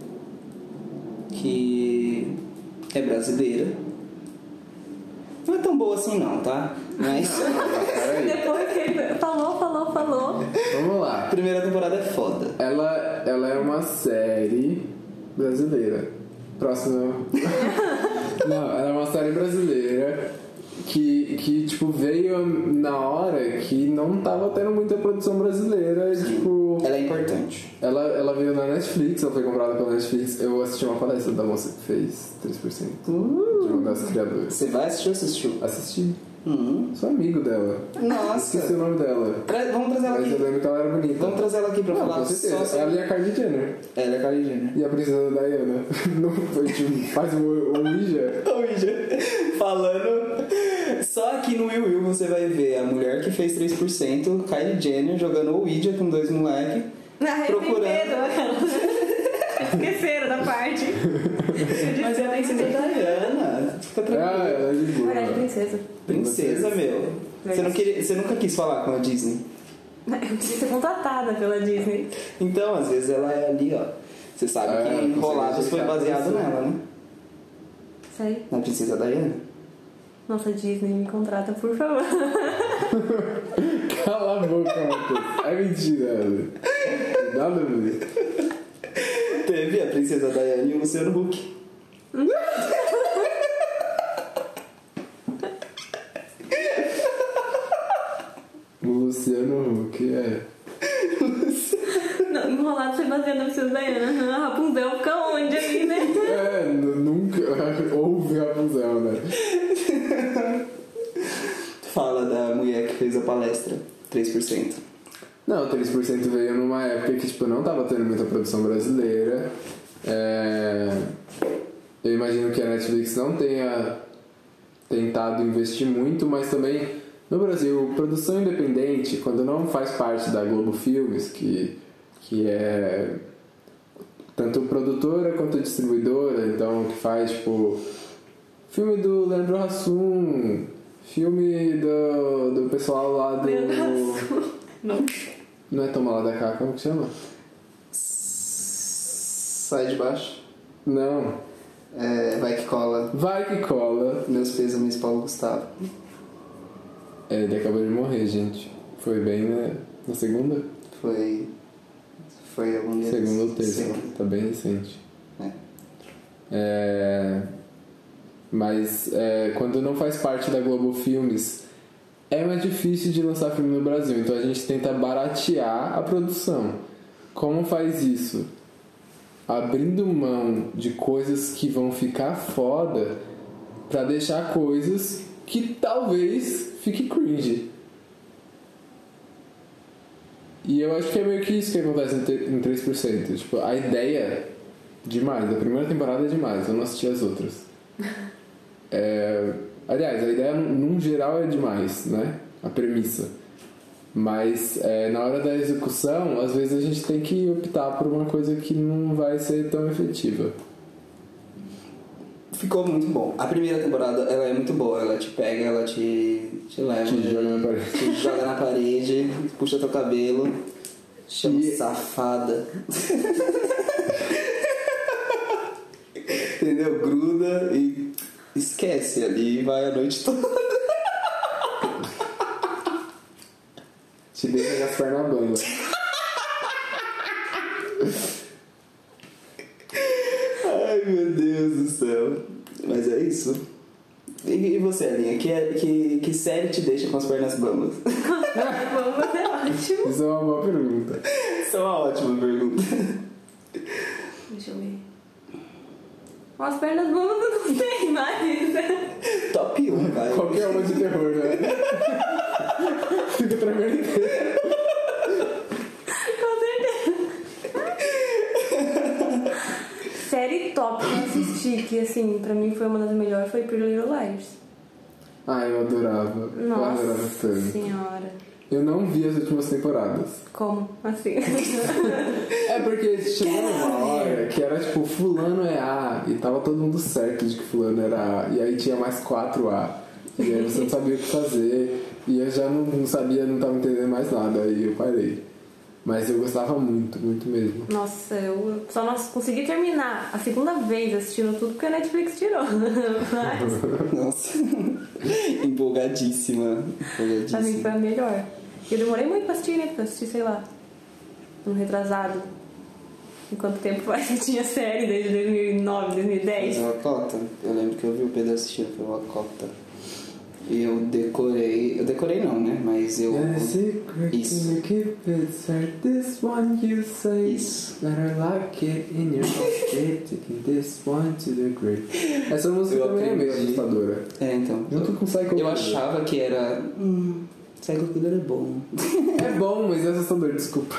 Que é brasileira. Não é tão boa assim não, tá? Mas. Peraí. Depois que ele falou Falou. Vamos lá. A primeira temporada é foda. Ela é uma série brasileira. Próxima. Não, ela é uma série brasileira que tipo, veio na hora que não tava tendo muita produção brasileira. Tipo, Ela é importante. ela veio na Netflix, ela foi comprada pela Netflix. Eu assisti uma palestra da moça que fez 3%. De uma das criadoras. Você vai assistir ou assistiu? Assisti. Sou amigo dela. Nossa. Esqueci o nome dela. Vamos trazer ela Mas eu aqui. lembro que ela era bonita. Vamos trazer ela aqui pra Não, falar com só certeza. sobre... Ela e a Kylie Jenner. Ela é Kylie Jenner. E a princesa Diana. Não foi tipo, faz o Ouija. Ouija. Falando... Só aqui no Will Will você vai ver a mulher que fez 3%, Kylie Jenner, jogando Ouija com 2 moleques. Procurando. Esqueceram da parte. Mas é a princesa Diana. Fica tranquilo. Ela é de boa. Olha, princesa. Princesa, meu. Você nunca quis falar com a Disney? Eu queria ser contratada pela Disney. Então, às vezes ela é ali, ó. Você sabe que Enrolados foi baseado nela, né? Isso aí. Na princesa Diana. Nossa, Disney, me contrata, por favor. Cala a boca, Matheus. É mentira, velho. Nada a ver. Teve a princesa Diana e o Luciano Huck. O Luciano Huck é. Não, Enrolado foi baseado na princesa Diana. A Rapunzel fica onde aí, né? Nunca houve Rapunzel, né? Fala da mulher que fez a palestra. 3%. Não, 3% veio numa época que tipo, não tava tendo muita produção brasileira. Eu imagino que a Netflix não tenha tentado investir muito, mas também no Brasil, produção independente, quando não faz parte da Globo Filmes, que é tanto produtora quanto distribuidora, então que faz tipo filme do Leandro Hassum, filme do pessoal lá do... Não é Toma Lá da Cá, como que chama? Sai de baixo. Não. Vai que cola. Vai que cola. Meus pêsames, Paulo Gustavo. Ele acabou de morrer, gente. Foi bem na segunda? Foi algum dia. Segunda ou terça. Segunda. Tá bem recente. Mas quando não faz parte da Globo Filmes, é mais difícil de lançar filme no Brasil. Então a gente tenta baratear a produção. Como faz isso? Abrindo mão de coisas que vão ficar foda pra deixar coisas que talvez fique cringe. E eu acho que é meio que isso que acontece em 3%. Tipo, a ideia, demais. A primeira temporada é demais. Eu não assisti as outras. Aliás, a ideia num geral é demais, né? A premissa. Mas na hora da execução, às vezes a gente tem que optar por uma coisa que não vai ser tão efetiva. Ficou muito bom. A primeira temporada, ela é muito boa. Ela te pega, ela te leva. Te joga na parede. Te joga na parede, puxa teu cabelo, chama safada. Entendeu? Gruda e esquece ali e vai a noite toda. Te deixa as pernas bambas. Ai, meu Deus do céu. Mas é isso. E você, Alinha? Que série te deixa com as pernas bambas? Vamos, é ótimo. Isso é uma boa pergunta. Isso é uma ótima pergunta. Deixa eu ver. As pernas bambas eu não sei mais. Top 1, vai. Qualquer uma de terror, né? Fica tremendo inteiro. Com certeza. Série top que eu assisti, que assim, pra mim foi uma das melhores, foi Pretty Little Liars. Eu adorava. Eu adorava Nossa tanto. senhora. Eu não vi as últimas temporadas. Como? Assim. É porque chegou uma hora que era tipo, fulano é A, e tava todo mundo certo de que fulano era A, e aí tinha mais 4A, e aí você não sabia o que fazer, e eu já não sabia, não tava entendendo mais nada, aí eu parei. Mas eu gostava muito, muito mesmo. Nossa, eu só não consegui terminar a segunda vez assistindo tudo porque a Netflix tirou. Mas Nossa. Empolgadíssima. pra mim foi a melhor. E eu demorei muito pra assistir, né? Porque eu assisti, sei lá, um retrasado. Em quanto tempo faz que tinha série? Desde 2009, 2010? Foi uma cota. Eu lembro que eu vi o Pedro assistindo, foi uma cota. E eu decorei não, né? Mas eu... Isso. This one you say. Isso. Better lock it in your pocket. Taking this one to the grave. Essa música Eu também é meio aprendi. assustadora. É, então. Junto com Psycho Eu Killer. achava que era... Psycho Killer é bom. É bom, mas é assustador, desculpa.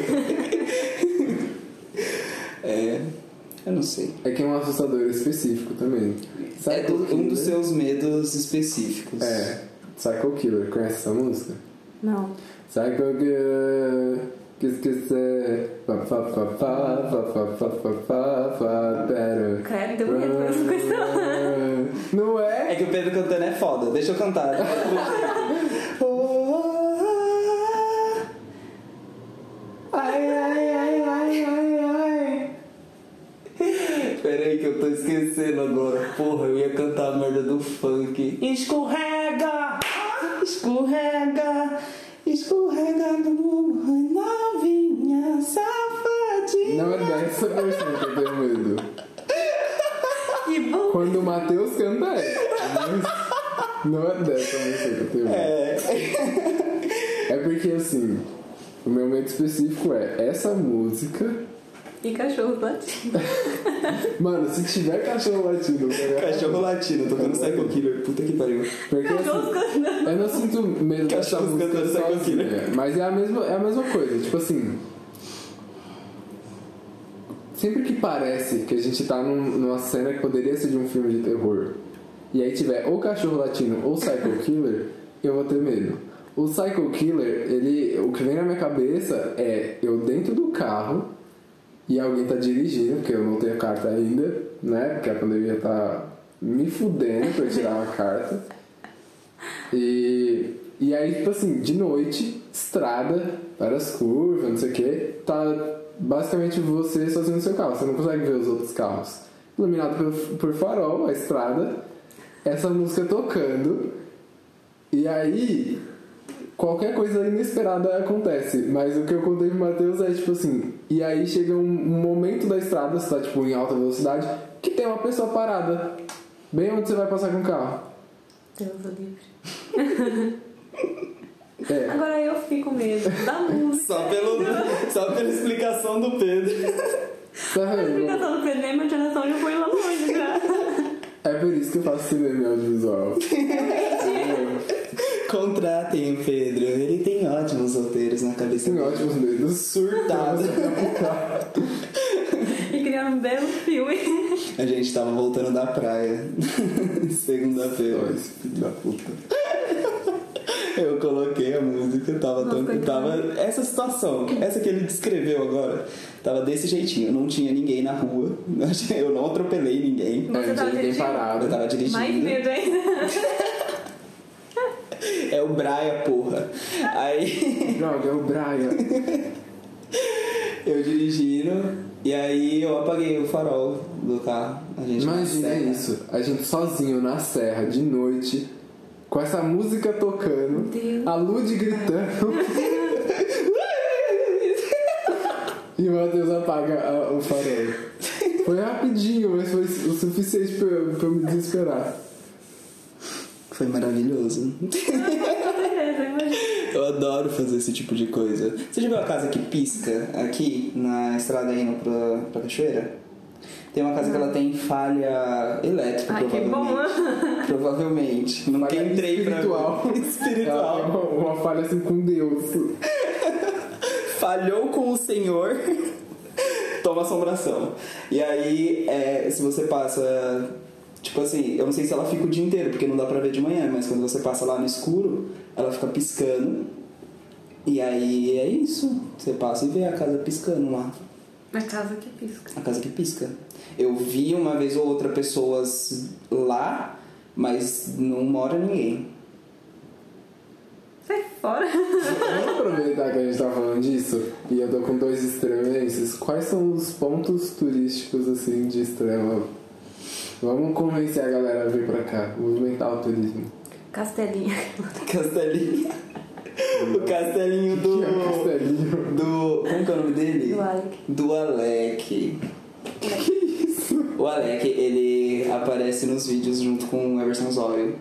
Eu não sei. É que é um assustador específico também. É um Killer. dos seus medos específicos. É, Psycho Killer, conhece essa música? Não. Psycho Killer, better. Credo, deu medo com essa questão. Não é? É que o Pedro cantando é foda. Deixa eu cantar. Ai, ai, ai, ai, ai, ai. Pera aí que eu tô esquecendo agora. Porra, eu ia cantar a merda do funk. Escorrega, escorrega, escorrega no novinha safadinha. Não é dessa versão que eu tenho medo. Que bom. Quando o Matheus canta mas não é dessa versão que eu tenho medo. É porque assim, o meu medo específico é essa música. E cachorro latindo. Mano, se tiver cachorro latindo, Cachorro latino, tocando Psycho Killer. Puta que pariu. porque Cachorros assim, cantando. eu não sinto medo dessa Cachorros música cantando Psycho sozinha, Killer. mas é a mesma coisa, tipo assim. Sempre que parece que a gente tá numa cena que poderia ser de um filme de terror, e aí tiver ou cachorro latino ou Psycho Killer, eu vou ter medo. O Psycho Killer, o que vem na minha cabeça é eu dentro do carro e alguém tá dirigindo, porque eu não tenho carta ainda, né? Porque a pandemia tá me fudendo pra eu tirar uma carta. E aí, tipo assim, de noite, estrada, várias curvas, não sei o que, tá basicamente você sozinho no seu carro, você não consegue ver os outros carros. Iluminado por farol, a estrada, essa música tocando, e aí qualquer coisa inesperada acontece. Mas o que eu contei pro Matheus é tipo assim, e aí chega um momento da estrada, você tá tipo em alta velocidade, que tem uma pessoa parada bem onde você vai passar com o carro. Deus o livre. É. Agora eu fico com medo da música. Só pela explicação do Pedro. Tá A vendo? explicação do Pedro, nem a imaginação já foi lá longe já. É por isso que eu faço cinema e audiovisual. Contratem o Pedro, ele tem ótimos roteiros na cabeça Tem dele. ótimos medos. Surtado. E criar um belo filme. A gente tava voltando da praia segunda-feira. Olha esse filho da puta. Eu coloquei a música, tava essa situação, essa que ele descreveu agora, tava desse jeitinho. Não tinha ninguém na rua, eu não atropelei ninguém. Você Não tava tinha ninguém dirigindo? parado. Eu tava dirigindo. Mais medo ainda. É o Braia, porra. Aí Droga, é o Brian. eu dirigindo e aí eu apaguei o farol do carro. A gente Imagina na serra. isso, a gente sozinho na serra, de noite, com essa música tocando, Deus. a Lud gritando. E o Matheus apaga o farol. Foi rapidinho, mas foi o suficiente pra eu me desesperar. Foi maravilhoso. Beleza, imagina. Eu adoro fazer esse tipo de coisa. Você já viu a casa que pisca aqui na estrada indo pra cachoeira? Tem uma casa que ela tem falha elétrica, Ai, que bom. provavelmente. Provavelmente. Nunca Falha entrei espiritual. pra... Espiritual. Ela tem uma falha assim com Deus. Falhou com o Senhor, toma assombração. E aí, se você passa... Tipo assim, eu não sei se ela fica o dia inteiro, porque não dá pra ver de manhã, mas quando você passa lá no escuro, ela fica piscando. E aí é isso. Você passa e vê a casa piscando lá. A casa que pisca. A casa que pisca. Eu vi uma vez ou outra pessoas lá, mas não mora ninguém. Sai fora. Vamos aproveitar que a gente tá falando disso e eu tô com 2 extremenses. Quais são os pontos turísticos assim de Extrema? Vamos convencer a galera a vir pra cá, movimentar o turismo. Castelinha. Castelinho. O castelinho do... Que é o castelinho? Como que é o nome dele? Do Alec. Do Alec. Que isso? O Alec, ele aparece nos vídeos junto com o Everson Zóio.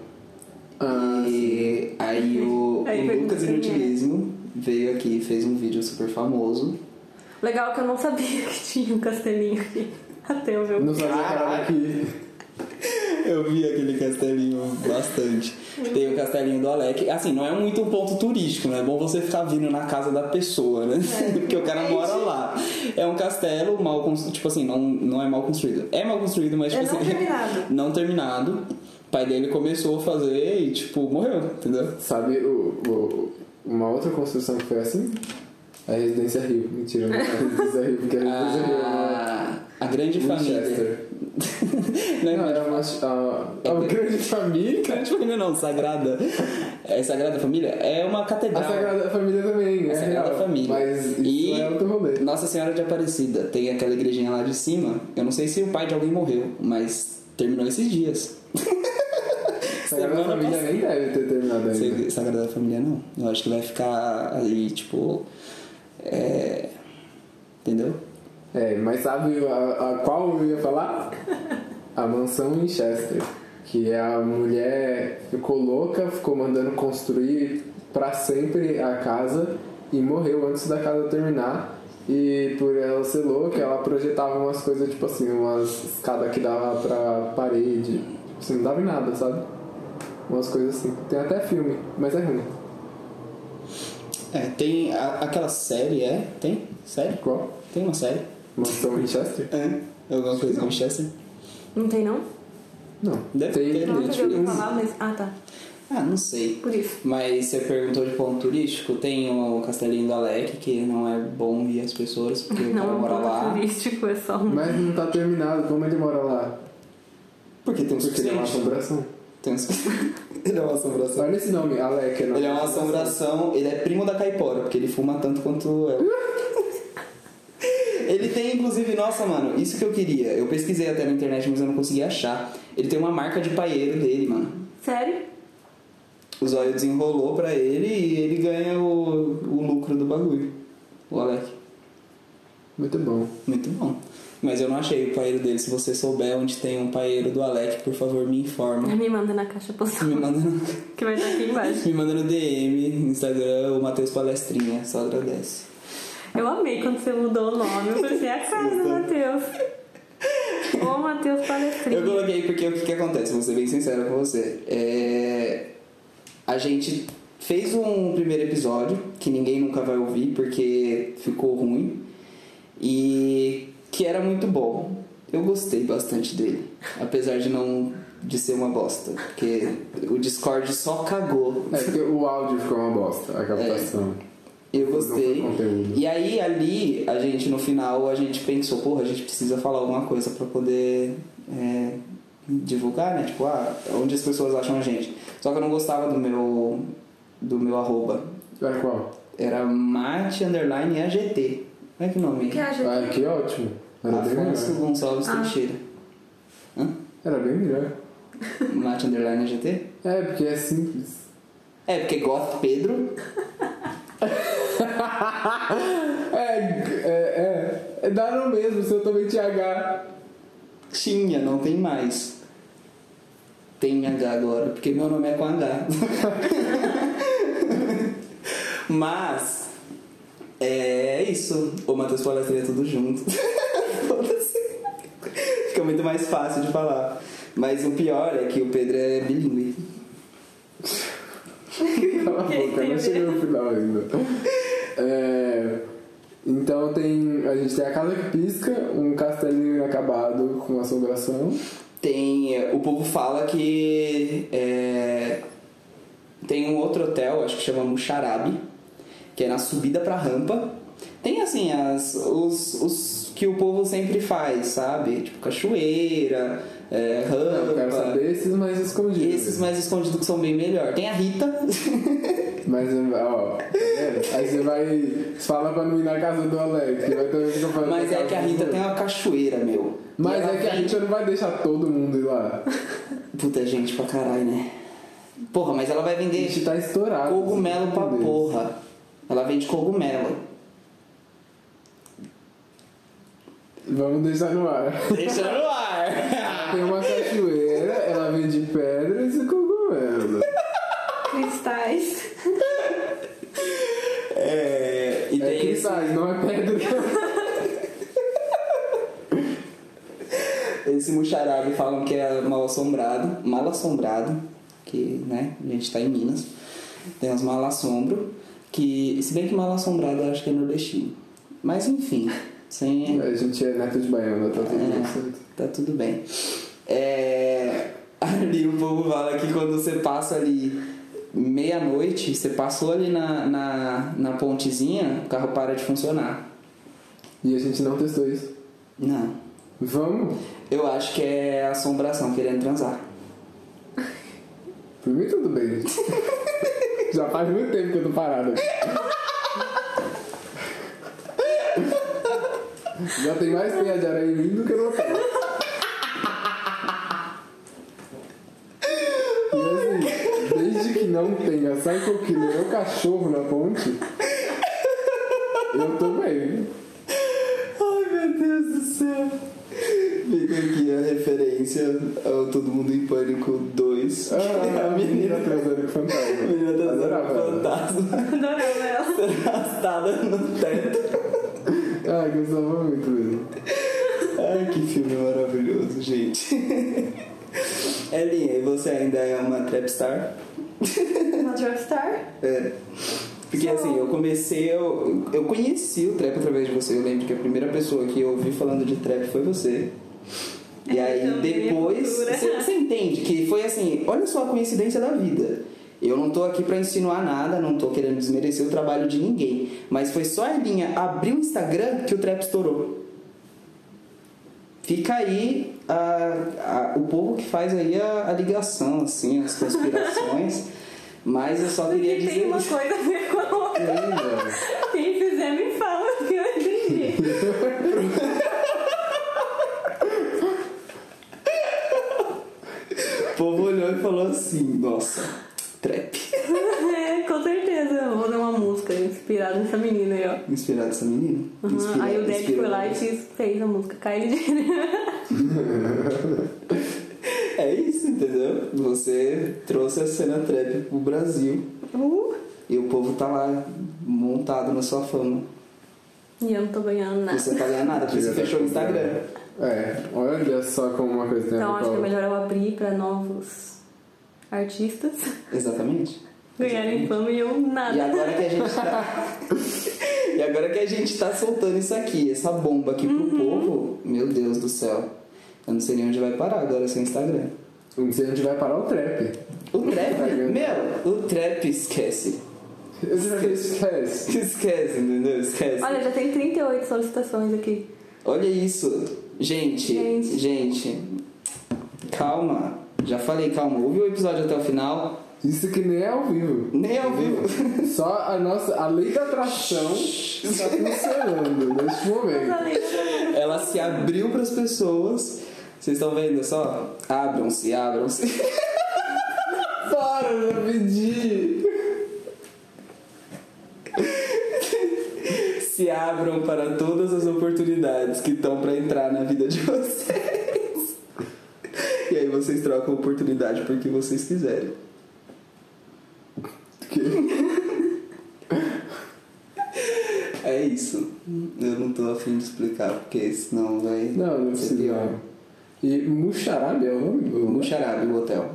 E aí o Lucas Inutilismo veio aqui e fez um vídeo super famoso. Legal que eu não sabia que tinha um castelinho aqui. Até eu ver o Não sabia que era aqui. Eu vi aquele castelinho bastante. Tem o castelinho do Alec. Assim, não é muito um ponto turístico, né? É bom você ficar vindo na casa da pessoa, né? Porque o cara mora lá. É um castelo mal construído. Tipo assim, não é mal construído. É mal construído, mas tipo não assim, terminado. Não terminado. O pai dele começou a fazer e tipo, morreu, entendeu? Sabe uma outra construção que foi assim? A Residência Rio. Mentira, não é a Residência Rio, porque a Residência Rio é A grande família. Winchester. Não, Não, era uma grande família. grande família não, Sagrada. É Sagrada Família? É uma catedral. A Sagrada Família também, A Sagrada real. Família. Mas isso E é outro rolê. Nossa Senhora de Aparecida. Tem aquela igrejinha lá de cima. Eu não sei se o pai de alguém morreu, mas terminou esses dias. Sagrada Família nem deve ter terminado ainda. Sagrada Família não. Eu acho que vai ficar aí, tipo... Entendeu? Mas sabe a qual eu ia falar? A mansão Winchester. Que a mulher ficou louca, ficou mandando construir pra sempre a casa e morreu antes da casa terminar. E por ela ser louca, ela projetava umas coisas, tipo assim, umas escadas que dava pra parede. Tipo assim, não dava em nada, sabe? Umas coisas assim. Tem até filme, mas é ruim. Tem aquela série, Tem? Série? Qual? Tem uma série. Mansão Winchester? Alguma coisa com Winchester? Não tem, não? Não. Deve Tem ter, Não, eu já ouvi uns- falar, mas... Ah, tá. não sei. Por isso. Mas você perguntou de ponto turístico, tem o Castelinho do Alec, que não é bom ir as pessoas, porque o Não é cara um mora ponto lá. turístico, é só um... Mas não tá terminado, como ele mora lá? Porque tem um Porque ele é uma suficiente. assombração. Tem um Ele é uma assombração. Olha esse nome, Alec. Ele é uma assombração, ele é primo da caipora, porque ele fuma tanto quanto eu. Ele tem, inclusive, nossa, mano, isso que eu queria. Eu pesquisei até na internet, mas eu não consegui achar. Ele tem uma marca de paieiro dele, mano. Sério? O Zóio desenrolou pra ele e ele ganha o lucro do bagulho. O Alec. Muito bom. Muito bom. Mas eu não achei o paeiro dele. Se você souber onde tem um paeiro do Alec, por favor, me informa. Me manda na caixa postal. Me manda no, Que vai estar aqui embaixo. me manda no DM, no Instagram, o Matheus Palestrinha. Só agradece. Eu amei quando você mudou o nome. Eu falei assim, é a cara do Matheus. Ô, Matheus Palestrinha. Eu coloquei porque o que acontece? Vou ser bem sincero com você. A gente fez um primeiro episódio que ninguém nunca vai ouvir porque ficou ruim e que era muito bom. Eu gostei bastante dele, apesar de ser uma bosta, porque o Discord só cagou. É porque o áudio ficou uma bosta, a captação. Eu Não gostei. foi conteúdo. E aí ali a gente no final a gente pensou, porra, a gente precisa falar alguma coisa pra poder divulgar, né? Tipo, onde as pessoas acham a gente. Só que eu não gostava do meu arroba. Era qual? Era mate_AGT. Olha que nome. Que acha Ah, que ótimo. Era bem Afonso melhor. Gonçalves Teixeira. Era bem melhor. Mate_AGT? É, porque é simples. É, porque Goth Pedro. Dá no mesmo, se eu também TH. Tinha, não tem mais. Tem H agora, porque meu nome é com H. Mas é isso. O Matheus Palestrinha é tudo junto. Foda-se. Fica muito mais fácil de falar. Mas o pior é que o Pedro é bilíngue. Cala a boca, não cheguei no final ainda. Então a gente tem a casa que pisca, um castelinho inacabado com assombração. O povo fala que tem um outro hotel, acho que chama Muxarabe, que é na subida pra rampa. Tem assim os que o povo sempre faz, sabe? Tipo cachoeira, rampa. Eu quero saber esses mais escondidos. Esses mais escondidos que são bem melhor. Tem a Rita. Mas, ó, tá vendo? Aí você vai. Fala pra não ir na casa do Alex. Que vai ter Mas é que a Rita tem uma cachoeira, meu. Mas E ela é que a vem- gente não vai deixar todo mundo ir lá. Puta, é gente pra caralho, né? Porra, mas ela vai A vender gente tá estourado. cogumelo pra entendeu? porra. Ela vende cogumelo. Vamos deixar no ar. Deixa no ar. Tem uma cachoeira, ela vende pedras e cogumelo. Cristais. E É tem cristais, não é pedra. esse muxarabe, falam que é mal assombrado, que, né, a gente tá em Minas, tem uns mal assombro, que, se bem que mal assombrado eu acho que é nordestino, mas enfim, sem... A gente é neto de baiano, tá tudo certo. Tá tudo bem. Ali o povo fala que quando você passa ali meia-noite, você passou ali na pontezinha, o carro para de funcionar. E a gente não testou isso. Não. Vamos? Eu acho que é assombração, querendo transar. Por mim tudo bem. Já faz muito tempo que eu tô parado aqui. Já tem mais teia de aranha em mim do que no hotel. E assim, desde que não tenha psycho nem o cachorro na ponte, eu tô bem. Ai, meu Deus do céu. Fica aqui a referência ao Todo Mundo em Pânico 2. A menina transando com fantasma. A menina transando com Adorava ela. fantasma. Adorava ela. Sendo arrastada no teto. Ai, gostava muito mesmo. Ai, que filme maravilhoso, gente. Elinha, e você ainda é uma trapstar? Uma Dropstar? Porque assim, eu conheci o trap através de você. Eu lembro que a primeira pessoa que eu ouvi falando de trap foi você. E aí também depois, é cultura. você entende que foi assim, olha só a coincidência da vida. Eu não tô aqui pra insinuar nada, não tô querendo desmerecer o trabalho de ninguém. Mas foi só a Elinha abrir o Instagram que o trap estourou. Fica aí o povo que faz aí a ligação, assim, as conspirações. Mas eu só queria Porque dizer tem uma isso. coisa a ver com a outra. Quem fizer me fala que eu entendi. O povo olhou e falou assim, nossa, trap. Com certeza. Eu vou dar uma música inspirada nessa menina aí, ó. Inspirado nessa menina? Aí o Deck foi lá e inspirado. fez a música Kylie Jenner. É isso, entendeu? Você trouxe a cena trap pro Brasil. E o povo tá lá montado na sua fama. E eu não tô ganhando nada. Você não tá ganhando nada, porque você fechou o Instagram. Olha só como uma coisa tem Então a ver acho que é com a melhor eu abrir pra novos artistas Exatamente. ganharem fama e eu nada. E agora que a gente tá. E agora que a gente tá soltando isso aqui, essa bomba aqui pro povo, meu Deus do céu. Eu não sei nem onde vai parar agora seu Instagram. Não sei onde vai parar o trap. O trap, meu, o trap esquece. Esquece. Esquece, entendeu? Esquece. Olha, já tem 38 solicitações aqui. Olha isso. Gente. Calma. Já falei, calma. Ouve o episódio até o final. Isso que nem é ao vivo. Nem ao vivo. Só a lei da atração está funcionando neste momento. Ela se abriu para as pessoas. Vocês estão vendo só? Abram-se. Para, já pedi. Se abram para todas as oportunidades que estão para entrar na vida de vocês. E aí vocês trocam a oportunidade porque vocês quiserem. É isso. Eu não tô afim de explicar, porque senão vai Não ser precisa. pior. E Muxarabe é o nome? Muxarabe, o hotel.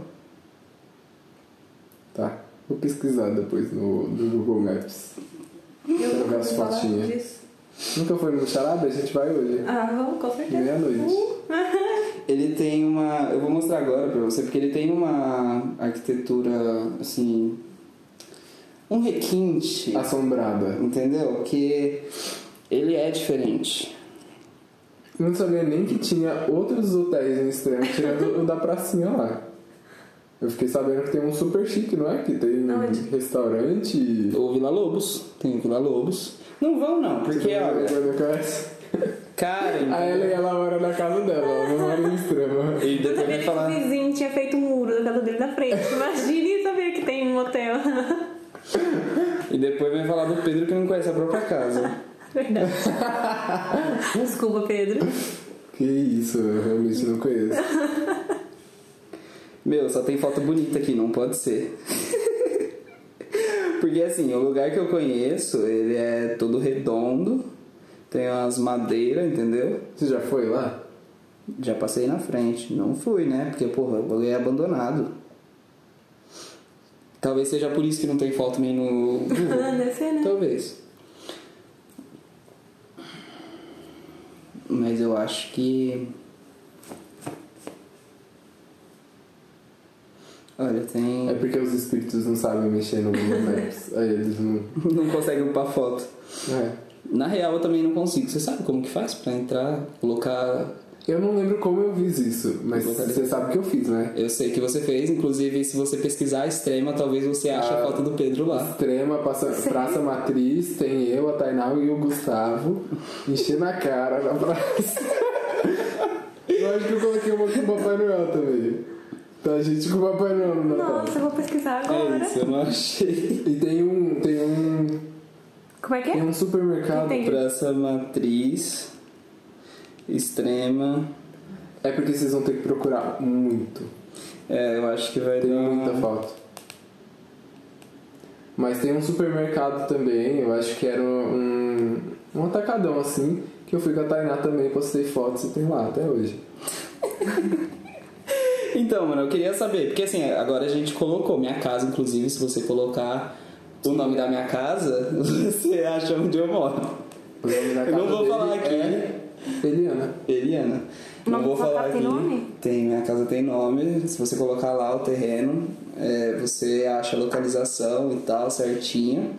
Tá. Vou pesquisar depois no Google Maps. Quero ver as falar fotinhas. disso. Nunca foi no Muxarabe? A gente vai hoje. Vamos, com certeza. Meia-noite. Ele tem uma... Eu vou mostrar agora pra você, porque ele tem uma arquitetura, assim... Um requinte, Assombrada. entendeu? Que ele é diferente. Eu não sabia nem que tinha outros hotéis em extremo, tirando o da pracinha lá. Eu fiquei sabendo que tem um super chique, não é? Que tem restaurante. O Vila Lobos. Tem o Vila Lobos. Não vão não, porque olha... Não conhece? Cara, A Ellen, ela mora na casa dela, ela não mora em extremo. ele Eu depois sabia vai que falar... o vizinho tinha feito um muro da casa dele na frente. Imagine isso no motel. E depois vem falar do Pedro que não conhece a própria casa. Verdade. Desculpa, Pedro. Que isso, eu realmente não conheço. Meu, só tem foto bonita aqui, não pode ser. Porque assim, o lugar que eu conheço, ele é todo redondo, tem umas madeiras, entendeu? Você já foi lá? Já passei na frente. Não fui, né? Porque, porra, o bagulho é abandonado. Talvez seja por isso que não tem foto nem no Google. Deve ser, né? Talvez. Mas eu acho que... Olha, tem... É porque os espíritos não sabem mexer no Google Maps. Aí eles não... Não consegue upar foto. É. Na real, eu também não consigo. Você sabe como que faz pra entrar, colocar... Eu não lembro como eu fiz isso, mas você sabe que eu fiz, né? Eu sei que você fez. Inclusive, se você pesquisar a Extrema, talvez você ache a foto do Pedro lá. Extrema, Praça Matriz, tem eu, a Tainá e o Gustavo enchendo a cara na praça. Eu acho que eu coloquei uma com o Papai Noel também. Tá a gente com o Papai Noel no Natal. Nossa, eu vou pesquisar agora. É isso, eu não achei. E tem um Como é que é? tem um supermercado. Entendi. Praça Matriz, Extrema. É porque vocês vão ter que procurar muito. É, eu acho que vai Tem dar muita foto. Mas tem um supermercado também, eu acho que era um atacadão assim, que eu fui com a Tainá também, postei fotos e tem lá até hoje. Então, mano, eu queria saber, porque assim, agora a gente colocou minha casa, inclusive, se você colocar o nome da minha casa, você acha onde eu moro. O nome da Eu não casa vou falar dele aqui. é Eliana. Eliana. O Não nome vou da sua falar casa aqui. tem nome? Tem, minha casa tem nome. Se você colocar lá o terreno, você acha a localização e tal, certinho.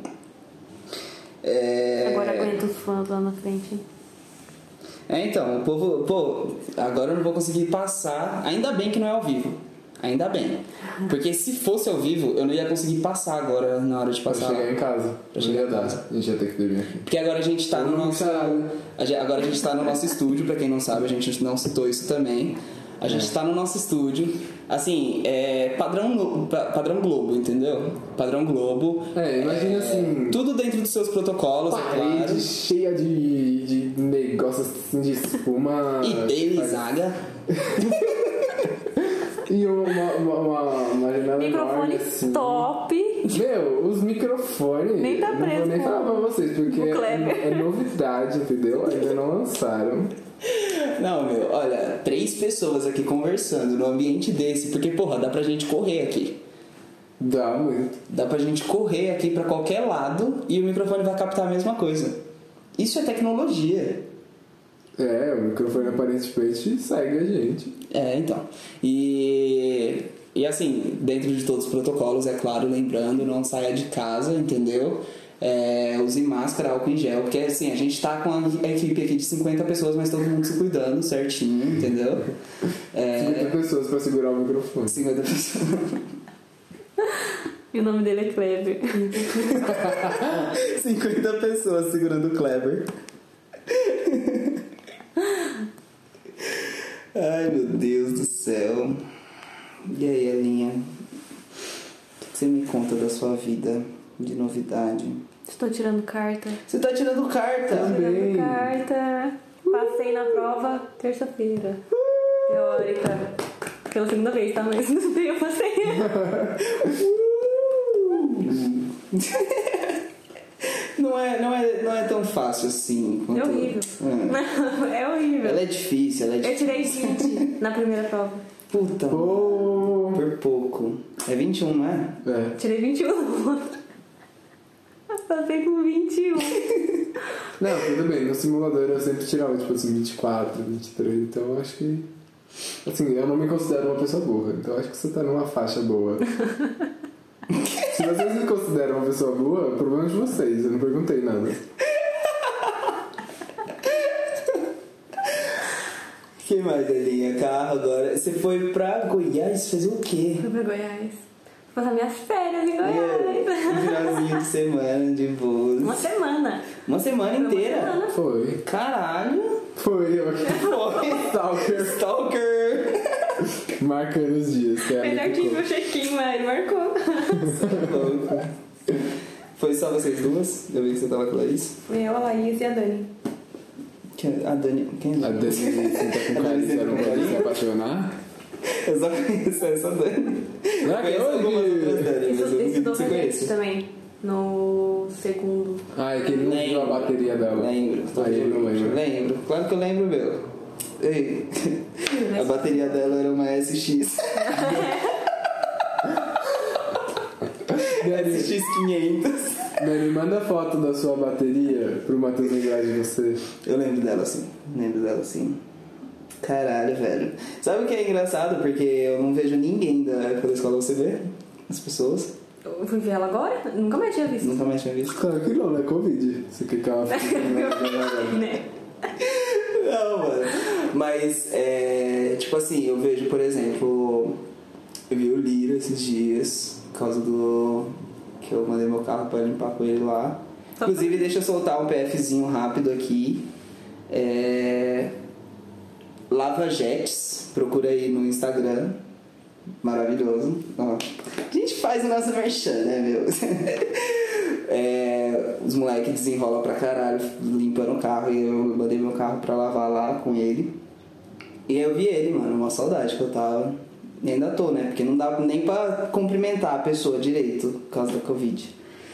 Agora aguenta os fãs lá na frente. Então, o povo... Pô, agora eu não vou conseguir passar. Ainda bem que não é ao vivo. Ainda bem. Porque se fosse ao vivo, eu não ia conseguir passar agora na hora de Pra passar chegar lá. em casa. Pra chegar em Não ia casa. dar. A gente ia ter que dormir aqui. Porque agora a gente tá no nosso... Agora a gente tá no nosso estúdio, pra quem não sabe, a gente não citou isso também. A gente tá no nosso estúdio, assim, padrão Globo, entendeu? Padrão Globo. Imagina assim... Tudo dentro dos seus protocolos, é Parede claro. cheia de negócios assim, de espuma. E Bailey Zaga. E uma janela Microfone enorme, assim. top. Meu, os microfones. Nem tá não vou preso nem com falar pra vocês, porque o Kleber. é novidade, entendeu? Ainda não lançaram. Não, meu, olha, 3 pessoas aqui conversando no ambiente desse, porque, porra, dá pra gente correr aqui. Dá muito. Dá pra gente correr aqui pra qualquer lado e o microfone vai captar a mesma coisa. Isso é tecnologia. O microfone aparentemente segue a gente. Então. E assim, dentro de todos os protocolos, é claro, lembrando, não saia de casa, entendeu? Use máscara, álcool em gel, porque assim, a gente tá com a equipe aqui de 50 pessoas, mas todo mundo se cuidando certinho, entendeu? 50 pessoas pra segurar o microfone. 50 pessoas. E o nome dele é Kleber. 50 pessoas segurando o Kleber. Ai, meu Deus do céu. E aí, Elinha? O que você me conta da sua vida de novidade? Estou tirando carta. Você tá tirando carta? Tirando carta. Passei na prova terça-feira. Teórica. Pela segunda vez, tá? Mas não sei, eu passei. Não é tão fácil assim. É horrível. É horrível. Ela é difícil, Eu tirei 20 na primeira prova. Puta, por pouco. É 21, não é? Tirei 21. Passei com 21. Não, tudo bem. No simulador eu sempre tirava, tipo assim, 24, 23. Então eu acho que... Assim, eu não me considero uma pessoa burra. Então eu acho que você tá numa faixa boa. Se vocês me consideram uma pessoa boa, problema de vocês. Eu não perguntei nada. Que mais, Elinha? Carro agora. Você foi pra Goiás fazer o quê? Fui pra Goiás. Vou passar minhas férias em Goiás. Um finalzinho de semana de boas. Uma semana. Uma semana inteira? Uma semana. Foi. Caralho. Foi, eu acho que Foi. Stalker. Stalker. Marcando os dias. Que é Fez certinho meu check-in, mas ele marcou. Louco. Foi só vocês duas? Eu vi que você tava com a Laís. Eu, a Laís e a Dani. A Dani. Quem é? A Dani senta com carinho, não pode se apaixonar. Eu só conheço essa Dani. Não, Eu conheço algumas outras Dani, mas eu Isso duvido do que você Regente conheça. também. No segundo. Ah, é que ele não viu a bateria dela. Lembro. Aí ele não lembra. Lembro. Claro que eu lembro, meu. Ei, a bateria dela era uma SX. SX500. Dani, manda foto da sua bateria pro Matheus lembrar de você. Eu lembro dela sim. Caralho, velho. Sabe o que é engraçado? Porque eu não vejo ninguém da época da escola, você vê? As pessoas. Eu fui ver ela agora? Nunca mais tinha visto. Nunca mais tinha visto. Claro que não, né? Covid. Você quer que ela fique Né? Não, mano. Mas, tipo assim, eu vejo, por exemplo, eu vi o Lira esses dias, por causa do... que eu mandei meu carro pra limpar com ele lá. Inclusive, deixa eu soltar um PFzinho rápido aqui. Lava Jets, procura aí no Instagram. Maravilhoso. Ó. A gente faz o nosso merchan, né, meu? Os moleques desenrolam pra caralho limpando o carro. E eu mandei meu carro pra lavar lá com ele. E aí eu vi ele, mano, uma saudade que eu tava. E ainda tô, né? Porque não dá nem pra cumprimentar a pessoa direito por causa da Covid.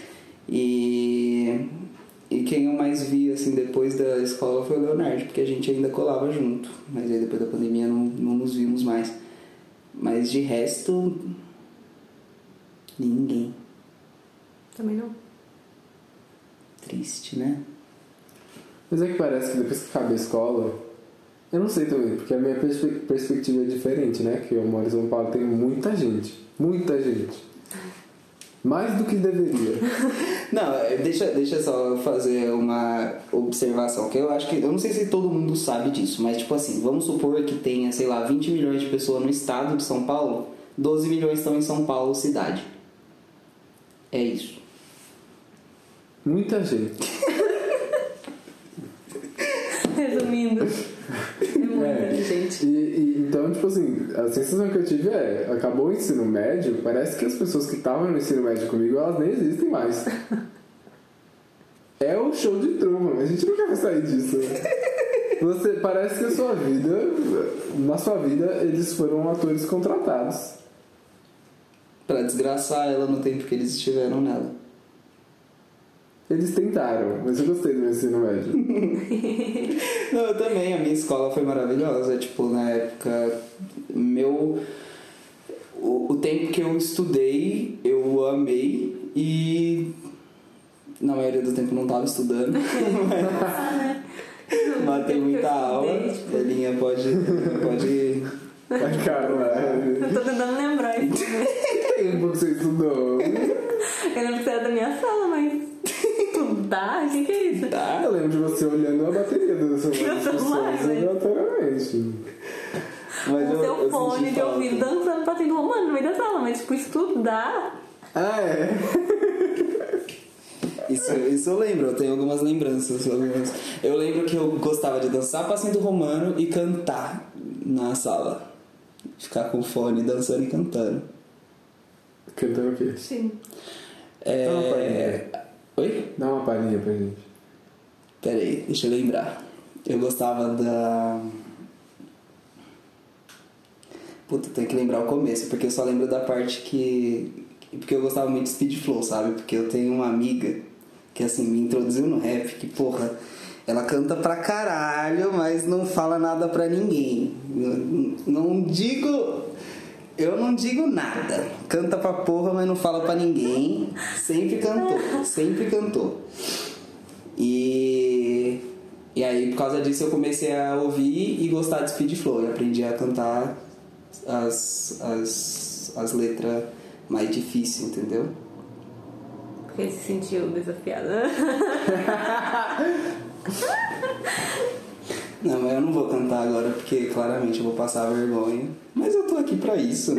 E quem eu mais vi, assim, depois da escola foi o Leonardo, porque a gente ainda colava junto. Mas aí depois da pandemia não nos vimos mais. Mas de resto, ninguém. Também não. Triste, né? Mas é que parece que depois que acaba a escola... Eu não sei também, porque a minha perspectiva é diferente, né? Que eu moro em São Paulo, tem muita gente. Muita gente. Mais do que deveria. Não, deixa eu só fazer uma observação, que eu acho que... Eu não sei se todo mundo sabe disso, mas tipo assim, vamos supor que tenha, sei lá, 20 milhões de pessoas no estado de São Paulo, 12 milhões estão em São Paulo, cidade. É isso. Muita gente. Resumindo. É muita gente. Então, tipo assim, a sensação que eu tive acabou o ensino médio, parece que as pessoas que estavam no ensino médio comigo, elas nem existem mais. É o show de Truman, a gente nunca vai sair disso. Parece que na sua vida, eles foram atores contratados. Pra desgraçar ela no tempo que eles estiveram nela. Eles tentaram, mas eu gostei do meu ensino médio. Não, eu também, a minha escola foi maravilhosa. Tipo, na época, o tempo que eu estudei, eu amei. E na maioria do tempo não tava estudando. Mas matei muita aula. Tipo... Elinha pode... Caramba. Eu tô tentando lembrar isso. Tempo que você estudou. Eu lembro que você era da minha sala, mas... Estudar? O que é isso? Eu lembro de você olhando a bateria das suas discussões aleatoriamente. Mas Com seu fone senti de falta. ouvido dançando passinho romano no meio da sala, mas tipo, estudar... Ah, é? Isso eu lembro, eu tenho algumas lembranças. Eu lembro que eu gostava de dançar passinho romano e cantar na sala. Ficar com fone, dançando e cantando. Cantando o quê? Sim. Dá uma palhinha. Oi? Dá uma palhinha pra gente. Pera aí, deixa eu lembrar. Eu gostava da... Puta, tem que lembrar o começo, porque eu só lembro da parte que... Porque eu gostava muito de Speed Flow, sabe? Porque eu tenho uma amiga que, assim, me introduziu no rap, que, porra, ela canta pra caralho, mas não fala nada pra ninguém. Eu não digo nada. Canta pra porra, mas não fala pra ninguém. Sempre cantou. E aí, por causa disso, eu comecei a ouvir e gostar de Speed Flow. Eu aprendi a cantar as letras mais difíceis, entendeu? Porque ele se sentiu desafiado. Não, mas eu não vou cantar agora porque claramente eu vou passar vergonha. Mas eu tô aqui pra isso, né?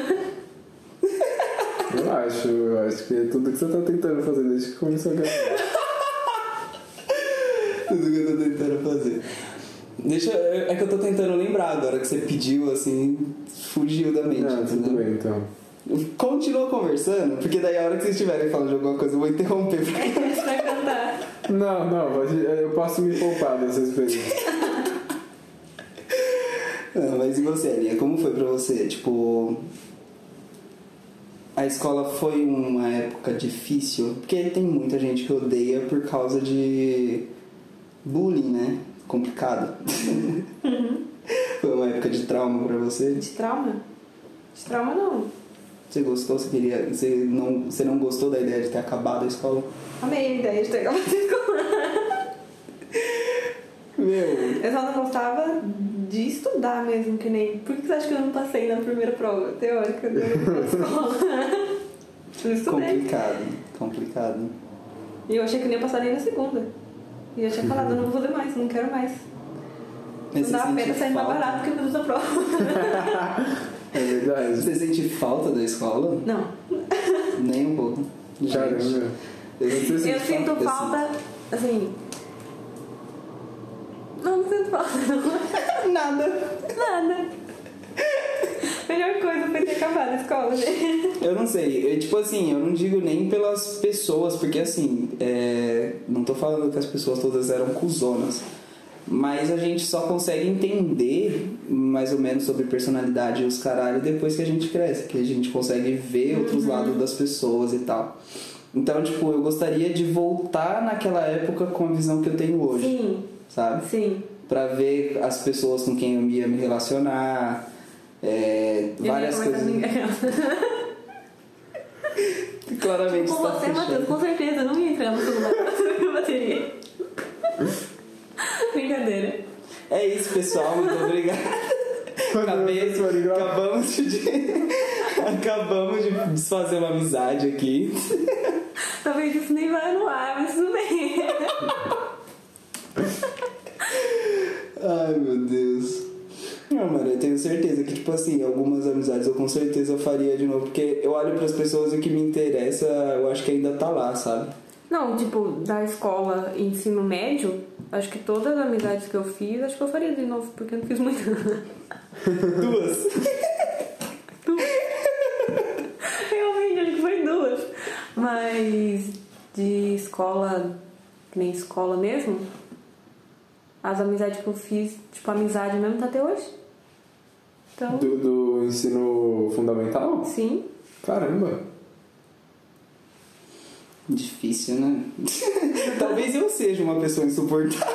Eu acho que é tudo que você tá tentando fazer desde que começou a gravar. Tudo que eu tô tentando fazer. É que eu tô tentando lembrar agora que você pediu, assim, fugiu da mente. Não, tudo bem, então. Continua conversando, porque daí a hora que vocês estiverem falando de alguma coisa eu vou interromper. Você vai cantar. Não, eu posso me poupar dessa experiência. Não, mas e você, Alinha? Como foi pra você? Tipo, a escola foi uma época difícil? Porque tem muita gente que odeia por causa de bullying, né? Complicado. Foi uma época de trauma pra você? De trauma? De trauma não. Você gostou? Você não gostou da ideia de ter acabado a escola? Amei a ideia de ter acabado a escola. Meu... Eu só não gostava de estudar mesmo, que nem... Por que você acha que eu não passei na primeira prova teórica da escola? Eu estudei. Complicado. E eu achei que nem ia passar nem na segunda. E eu tinha falado, eu não vou fazer mais, não quero mais. Mas Não dá a pena sair mais barato que eu fiz a prova. É verdade. Você sente falta da escola? Não. Nem um pouco. Caramba. Eu sinto falta, assim... Não sinto falta, não. Nada. Melhor coisa foi ter acabado a escola, né? Eu não sei, tipo assim, eu não digo nem pelas pessoas, porque assim, não tô falando que as pessoas todas eram cuzonas, mas a gente só consegue entender mais ou menos sobre personalidade e os caralho depois que a gente cresce, que a gente consegue ver outros lados das pessoas e tal. Então, tipo, eu gostaria de voltar naquela época com a visão que eu tenho hoje. Sim. Sabe? Sim. Pra ver as pessoas com quem eu ia me relacionar, várias coisas. Claramente Com está você, fechando. Matheus, com certeza, não ia entrar no celular pra bateria. Brincadeira. É isso, pessoal. Muito obrigado. Acabamos de desfazer uma amizade aqui. Talvez isso nem vai no ar, mas tudo bem. Ai, meu Deus. Não, mano, eu tenho certeza que, tipo assim, algumas amizades eu com certeza faria de novo. Porque eu olho pras pessoas e o que me interessa, eu acho que ainda tá lá, sabe? Não, tipo, da escola e ensino médio, acho que todas as amizades que eu fiz, acho que eu faria de novo, porque eu não fiz muito. Duas. Realmente, acho que foi duas. Mas de escola, que nem escola mesmo, as amizades que eu fiz, tipo, amizade mesmo tá até hoje. Então... Do ensino fundamental? Sim. Caramba. Difícil, né? Talvez eu seja uma pessoa insuportável.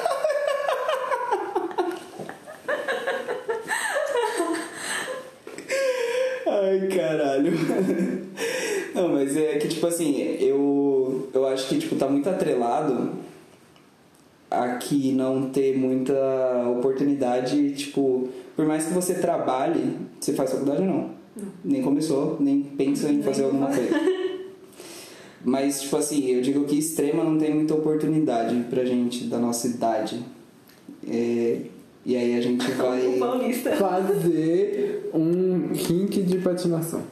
Ai, caralho. Não, mas é que, tipo assim, eu acho que, tipo, tá muito atrelado a que não ter muita oportunidade, tipo, por mais que você trabalhe, você faz faculdade ou não? Não. Nem começou, nem pensa em fazer alguma coisa. Mas, tipo assim, eu digo que Extrema não tem muita oportunidade pra gente da nossa idade. E aí a gente vai... O paulista. Fazer um rink de patinação.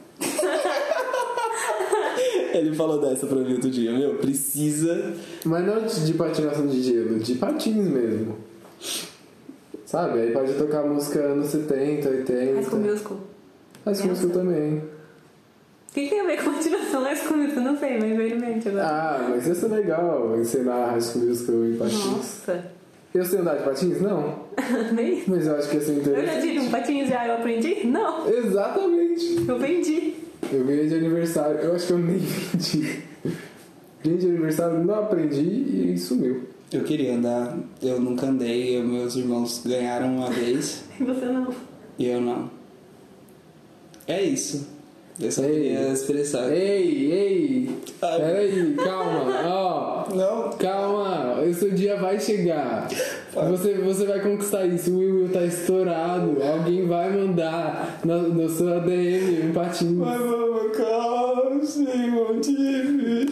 Ele falou dessa pra mim outro dia. Meu, precisa... Mas não de patinação de gelo, de patins mesmo. Sabe? Aí pode tocar música anos 70, 80. High School Musical. High School Musical também. O que tem a ver com patinação High School Musical? Não sei, mas veio em mente agora. Ah, mas isso é legal, ensinar High School Musical em patins. Nossa. Eu sei andar de patins? Não. Nem. Mas eu acho que ia ser Eu já interessante. tive um patins já, eu aprendi? Não. Exatamente. Eu vendi. Eu ganhei de aniversário, eu acho que eu nem vendi. Ganhei de aniversário, não aprendi e sumiu. Eu queria andar, eu nunca andei, meus irmãos ganharam uma vez E você não. e eu não. É isso. Eu só Ei. queria expressar. Ei, Ai. peraí, calma, ó. Não. Calma, o seu dia vai chegar. Você vai conquistar isso. O Will tá estourado. Alguém vai mandar no seu ADM um patinho. Mas vamos calma, Simon TV.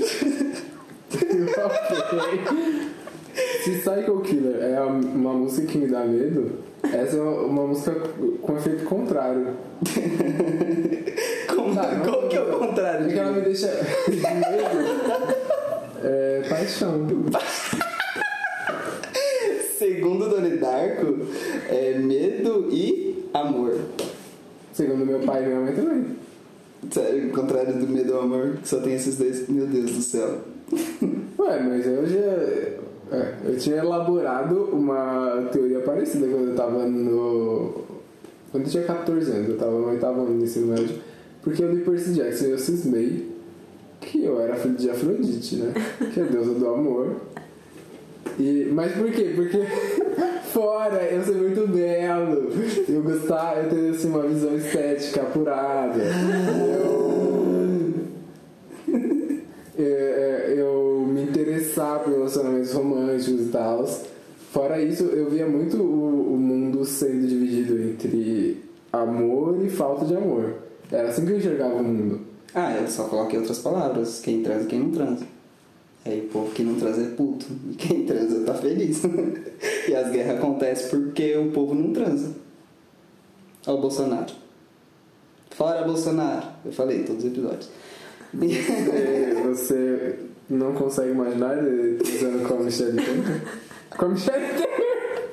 Ok. Se Psycho Killer é uma música que me dá medo, essa é uma música com efeito contrário. Qual que é o contrário? Porque ela me deixa de medo. É paixão. Segundo Segundo Donnie Darko, é medo e amor. Segundo meu pai e minha mãe também. Sério, ao contrário do medo e amor, que só tem esses dois. Meu Deus do céu. Ué, mas eu tinha elaborado uma teoria parecida quando eu tava quando eu tinha 14 anos, eu tava no 8º ano do ensino médio, porque eu li Percy Jackson e eu cismei que eu era filho de Afrodite, né? Que é a deusa do amor. Mas por quê? Porque fora eu ser muito belo, eu tenho assim, uma visão estética apurada, eu me interessar por relacionamentos românticos e tal. Fora isso, eu via muito o mundo sendo dividido entre amor e falta de amor. Era assim que eu enxergava o mundo. Eu só coloquei outras palavras. Quem transa e quem não transa. Aí o povo que não transa é puto. E quem transa tá feliz. E as guerras acontecem porque o povo não transa. Olha o Bolsonaro. Fora Bolsonaro. Eu falei em todos os episódios. Você não consegue imaginar ele usando com a Michelle Temer? Com a Michelle Temer?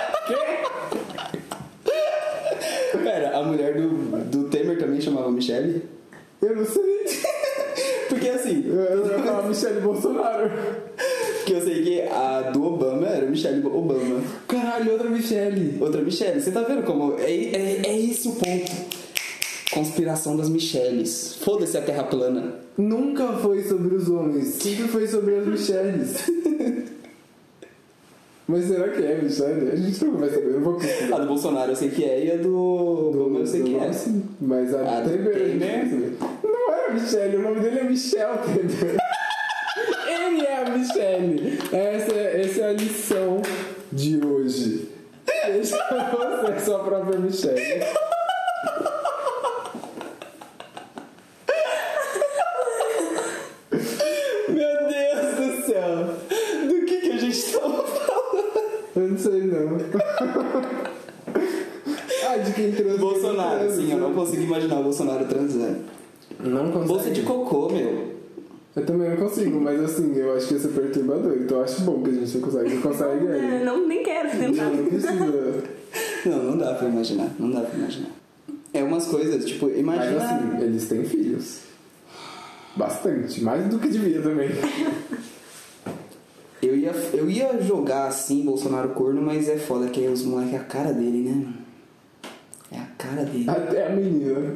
Pera, a mulher do Temer também chamava Michelle? Eu não sei. Porque assim... Eu ia falar Michelle Bolsonaro. Porque eu sei que a do Obama era Michelle Obama. Caralho, outra Michelle. Outra Michelle. Você tá vendo como... É esse o ponto. Conspiração das Michelles. Foda-se a Terra plana. Nunca foi sobre os homens. Sempre foi sobre as Michelles. Mas será que é Michelle? A gente não vai saber. Eu não vou pesquisar. A do Bolsonaro eu sei que é. E a do Obama eu sei que é. Sim. Mas a do Temer... Não é Michelle. O nome dele é Michel Temer. Ele é a Michelle. Essa é a lição de hoje. Deixa você sua própria Michelle. Meu Deus do céu. Do que a gente tava falando? Eu não sei não. De quem transa. Bolsonaro, sim. Eu não consigo imaginar o Bolsonaro transando. Não consigo. Bolsa de cocô, meu. Eu também não consigo, mas assim, eu acho que ia ser perturbador. Então eu acho bom que a gente não consegue. Não consegue aí. Não, nem quero tentar. Não precisa. Não dá pra imaginar. Não dá pra imaginar. É umas coisas, tipo, imagina... Mas assim, eles têm filhos. Bastante. Mais do que devia também. Eu ia jogar assim, Bolsonaro corno, mas é foda que aí os moleques é a cara dele, né? É a cara dele. Até a menina.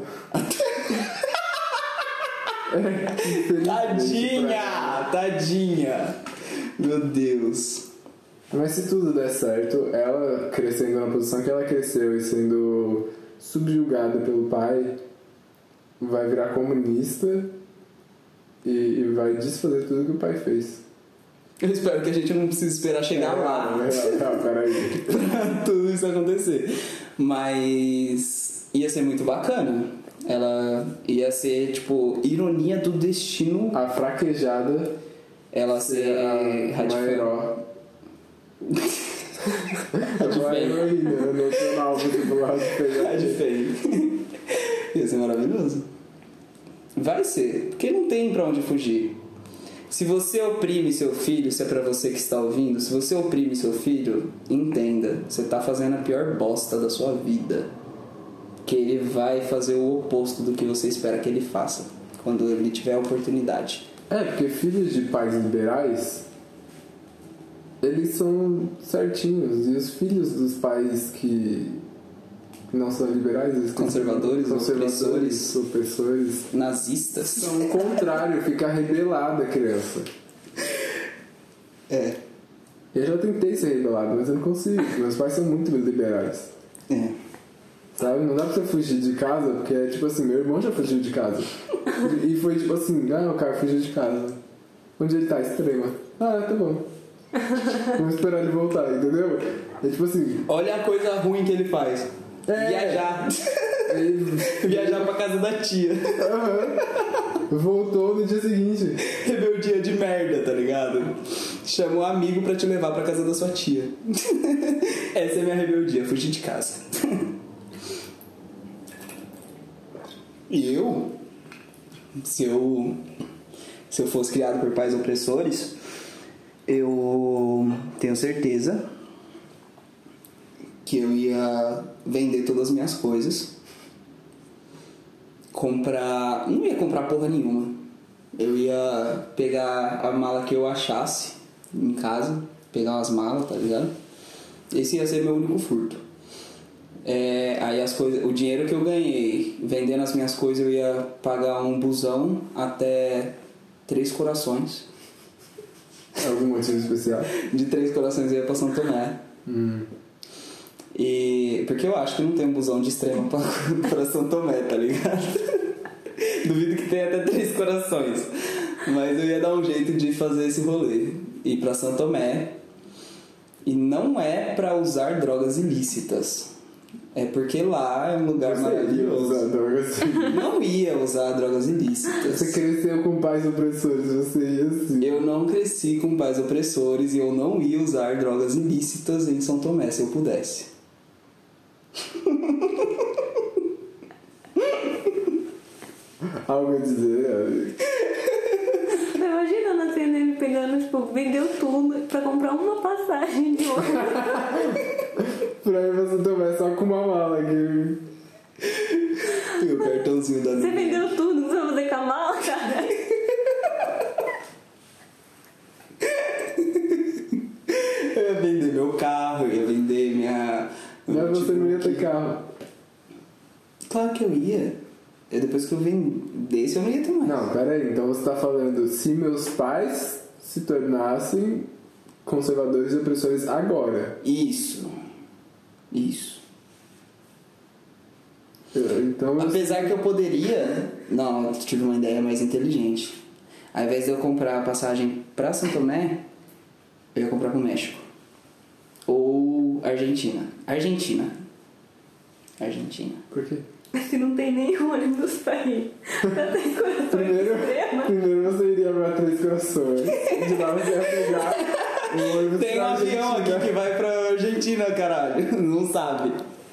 Tadinha! Meu Deus. Mas se tudo der certo, ela crescendo na posição que ela cresceu e sendo subjugada pelo pai, vai virar comunista e vai desfazer tudo que o pai fez. Eu espero que a gente não precise esperar chegar lá Peraí. pra tudo isso acontecer. Mas ia ser muito bacana. Ela ia ser, tipo, ironia do destino. A fraquejada, Ela ser uma herói. Uma heroína nacional, tipo, lá de feio. Ia ser maravilhoso. Vai ser, porque não tem pra onde fugir. Se você oprime seu filho, se é pra você que está ouvindo, se você oprime seu filho, entenda, você tá fazendo a pior bosta da sua vida. Que ele vai fazer o oposto do que você espera que ele faça, quando ele tiver a oportunidade. Porque filhos de pais liberais, eles são certinhos. E os filhos dos pais que não são liberais, eles Conservadores, opressores, nazistas, são o contrário, fica rebelada a criança. Eu já tentei ser rebelado, mas eu não consigo. Meus pais são muito liberais. Sabe? Não dá pra você fugir de casa, porque é tipo assim, meu irmão já fugiu de casa. E foi tipo assim, o cara fugiu de casa. Onde ele tá? Extrema. Tá bom. Vamos esperar ele voltar, entendeu? É tipo assim... Olha a coisa ruim que ele faz. Viajar. Viajar pra casa da tia. Voltou no dia seguinte. Rebeldia de merda, tá ligado? Chama um amigo pra te levar pra casa da sua tia. Essa é a minha rebeldia, fugir de casa. E se eu fosse criado por pais opressores, eu tenho certeza que eu ia vender todas as minhas coisas, não ia comprar porra nenhuma. Eu ia pegar a mala que eu achasse em casa, pegar umas malas, tá ligado? Esse ia ser meu único furto. Aí as coisas, o dinheiro que eu ganhei vendendo as minhas coisas, eu ia pagar um busão até Três Corações. Algum motivo especial? De Três Corações eu ia pra São Tomé. E porque eu acho que não tem um busão de Extrema pra São Tomé, tá ligado? Duvido que tenha até Três Corações. Mas eu ia dar um jeito de fazer esse rolê. Ir pra São Tomé. E não é pra usar drogas ilícitas. É porque lá é um lugar maravilhoso. Usar drogas. Não ia usar drogas ilícitas. Você cresceu com pais opressores, você ia assim. Eu não cresci com pais opressores e eu não ia usar drogas ilícitas em São Tomé se eu pudesse. Algo a dizer? Tô imaginando assim, ele pegando, tipo, vendeu tudo pra comprar uma passagem de ônibus. Pra ir pra São Tomé só com uma mala aqui. E o cartãozinho da Você Nubia. vendeu tudo, não vai fazer com a mala, cara? Eu ia vender meu carro, eu ia vender minha... Mas você não ia ter carro. Claro que eu ia. Depois que eu vendesse, eu não ia ter mais. Não, pera aí. Então você tá falando, se meus pais se tornassem conservadores e opressores agora. Isso. Então... Apesar que eu poderia... Não, eu tive uma ideia mais inteligente. Ao invés de eu comprar a passagem pra São Tomé, eu ia comprar pro México. Ou Argentina. Argentina. Por quê? Se não tem nem ônibus pra ir. Já tem coração extrema. Primeiro você iria pra Três Corações. De lá você ia pegar um ônibus Tem um pra avião Argentina. aqui que vai pra Argentina, caralho. Não sabe.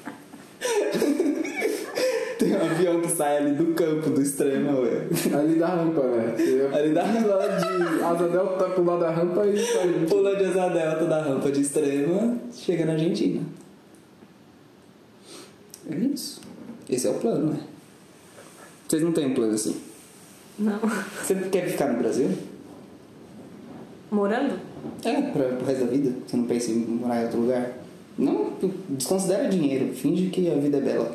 Tem um avião que sai ali do campo, do Extrema, ué. Ali da rampa, né? Você ia Ali da pular de asa delta, pular da rampa e sair. Pula de asa delta da rampa de Extrema, chega na Argentina. É isso. Esse é o plano, né? Vocês não têm um plano assim? Não. Você quer ficar no Brasil? Morando? Pro resto da vida? Você não pensa em morar em outro lugar? Não, desconsidera dinheiro. Finge que a vida é bela.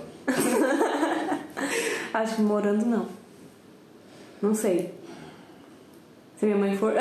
Acho que morando não. Não sei. Se minha mãe for.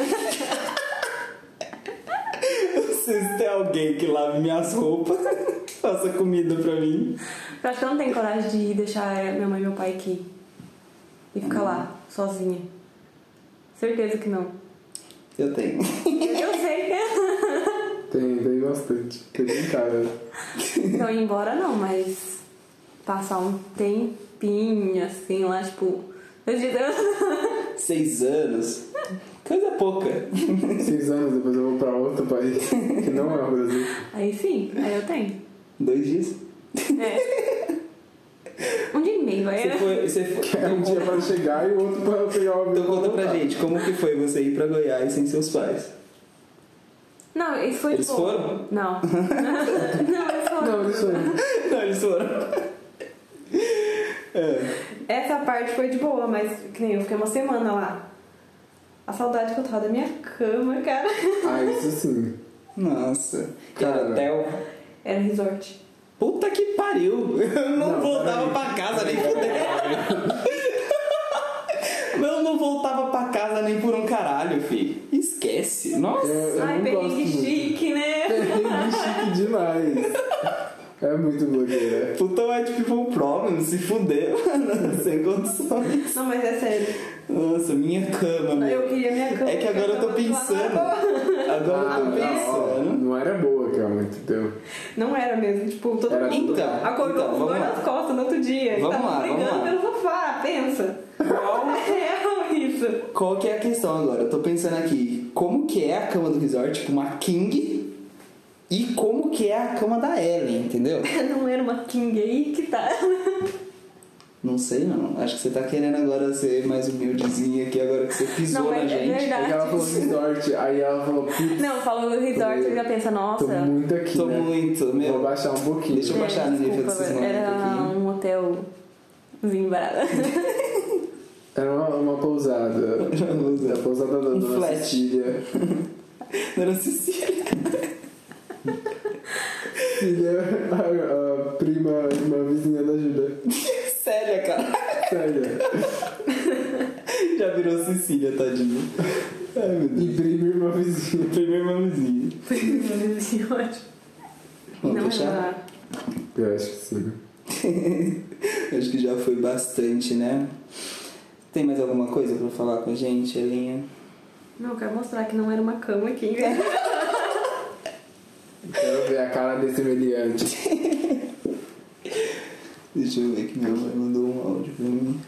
Se tem alguém que lave minhas roupas, faça comida pra mim. Eu acho que eu não tenho coragem de deixar minha mãe e meu pai aqui. E ficar lá, sozinha. Certeza que não. Eu tenho. Eu sei que Tem bastante. Tem bem cara. não ir embora não, mas passar um tempinho assim lá, tipo. 6 anos. Coisa pouca. 6 anos, depois eu vou pra outro país que não é o Brasil. Aí sim, aí eu tenho. 2 dias. Um dia e meio, aí Você foi. É um dia pra chegar e o outro pra pegar o avião. Então conta pra voltar. gente, como que foi você ir pra Goiás sem seus pais? Não, isso foi Eles de boa. foram? Não. Não, eles foram. Não, isso aí. Não, eles foram. Essa parte foi de boa, mas que nem eu fiquei uma semana lá. A saudade que eu tava da minha cama, cara. Ah, isso sim. Nossa. Cara. Era hotel. Era resort. Puta que pariu. Eu não voltava pra casa nem fudendo. Eu não voltava pra casa nem por um caralho, filho. Esquece. Nossa. Eu Ai, não gosto perrengue muito. chique, né? Perrengue chique demais. É muito blogueira. Puta white people problem, se fudeu, mano. Sem condições. Não, mas é sério. Nossa, minha cama, meu. Eu queria minha cama. É que agora eu tô pensando. Agora eu tô pensando. Não era boa, calma, entendeu? Não era mesmo, tipo, todo Era mundo então, acordou então, com vamos dor lá. nas costas no outro dia. Vamos Tava lá, brigando vamos lá. pelo sofá, pensa. Qual, É isso. qual que é a questão agora? Eu tô pensando aqui, como que é a cama do resort, tipo uma king, e como que é a cama da Ellen, entendeu? Não era uma king aí que tá. Não sei não. Acho que você tá querendo agora ser mais humildezinha aqui, agora que você pisou Não, na mas é gente. verdade. Aí ela falou resort, aí ela falou, putz, Não, falou do resort, eu já penso, nossa. tô muito aqui, Tô né? muito, meu. Vou baixar um pouquinho. Deixa eu baixar no nível desculpa, desses momentos era aqui. um hotelzinho barato. Era uma pousada. A pousada da Dona flat. Cecília. Dona Cecília. Filha, a prima, irmã vizinha da Júlia. Sério, cara. Sério. Já virou Cecília, tadinho. Ai, meu Deus. E prima, irmã vizinha. Primeiro irmãozinho. Ótimo. Vamos Não, fechar? Eu acho que sim. Acho que já foi bastante, né? Tem mais alguma coisa pra falar com a gente, Elinha? Não, eu quero mostrar que não era uma cama aqui. Quero ver a cara desse meliante. Deixa eu ver que minha mãe mandou um áudio pra mim.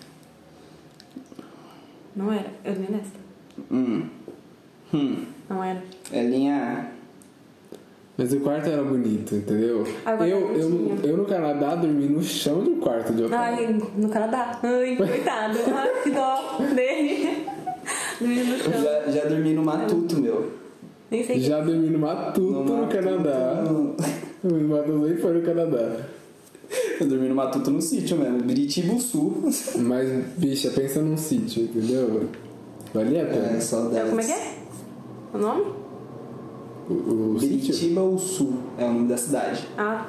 Não era, eu nem nessa. Não era. Elinha, Mas o quarto era bonito, entendeu? Agora Eu no Canadá dormi no chão do quarto de hotel. Ai, no Canadá. Ai, coitado. Ai, que dó dele. Dormindo no chão. já dormi no matuto, meu. Nem sei Já dormi no Matuto no Canadá. O Matuto nem foi no Canadá. Eu dormi no matuto no sítio mesmo, Biritibuçu. Mas, bicha, pensa num sítio, entendeu? Valia a pena. É, saudades. Como é que é? O nome? O sítio? Biritibuçu é o nome da cidade. Ah,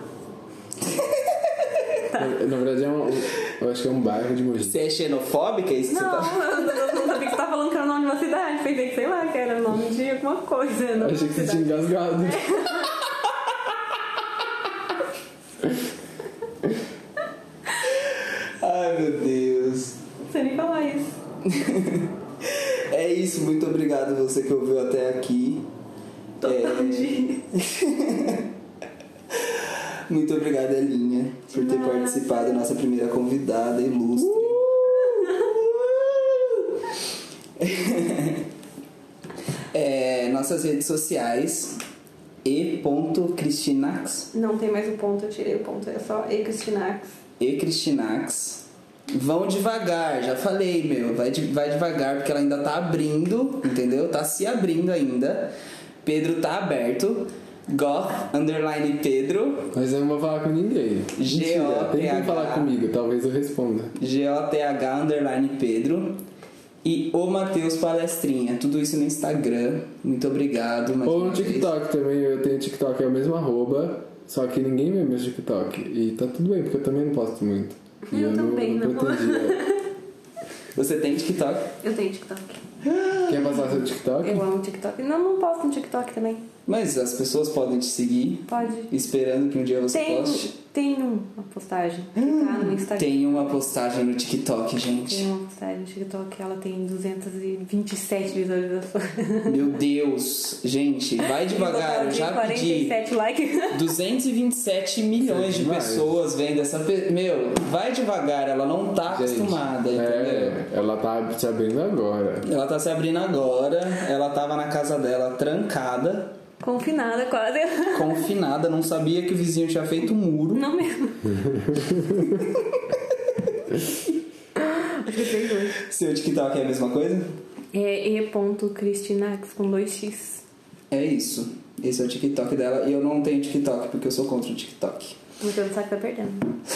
Na verdade, eu acho que é um bairro de Mogi. Você é xenofóbica? É isso que não, você tá... eu não sabia que você tava falando que era o nome de uma cidade. Pensei que, sei lá, que era o nome de alguma coisa. Não, Achei que você tinha engasgado. Ai, meu Deus. Não sei nem falar isso. É isso, muito obrigado você que ouviu até aqui. Muito obrigado, Elinha, por ter participado, nossa primeira convidada ilustre. Nossas redes sociais e.cristinax Não tem mais o ponto, eu tirei o ponto. É só Cristinax. e Cristinax. Vão devagar, já falei, meu. Vai devagar, porque ela ainda tá abrindo, entendeu? Tá se abrindo ainda. Pedro tá aberto. Goth_Pedro. Mas eu não vou falar com ninguém. Mentira, tentem falar comigo, talvez eu responda. GOTH_Pedro. E o Matheus Palestrinha. Tudo isso no Instagram. Muito obrigado. mais Ou uma no TikTok vez. também, eu tenho TikTok, é o mesmo @, só que ninguém vê meu TikTok. E tá tudo bem, porque eu também não posto muito. E Eu também, não. pretendia. Você tem TikTok? Eu tenho TikTok. Quer passar seu TikTok? Eu amo TikTok. Não posto no TikTok também. Mas as pessoas podem te seguir, Pode. esperando que um dia você poste. Tem uma postagem que tá no Instagram. Tem uma postagem no TikTok, Tem gente. uma postagem no TikTok, ela tem 227 visualizações. Meu Deus. Gente, vai devagar. Eu já pedi 47 likes. 227 milhões de Demais. pessoas vendo essa... Meu, vai devagar. Ela não tá Gente, acostumada, entendeu? ela tá se abrindo agora. Ela tá se abrindo agora. Ela tava na casa dela trancada, Confinada quase. confinada. Não sabia que o vizinho tinha feito um muro. Não mesmo. Acho que fez hoje. Seu TikTok é a mesma coisa? É e.cristinax com 2x. É isso. Esse é o TikTok dela. E eu não tenho TikTok, porque eu sou contra o TikTok. Você não sabe que tá perdendo.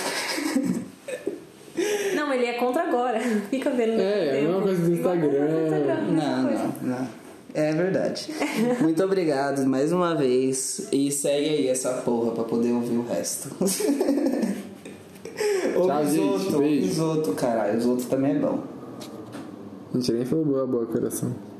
Não, ele é contra agora. Fica vendo. É a mesma coisa do Instagram. Não. É verdade. Muito obrigado mais uma vez. E segue aí essa porra pra poder ouvir o resto. Tchau, gente. Beijo. Os outros, caralho. Os outros também é bom. A gente nem falou boa coração.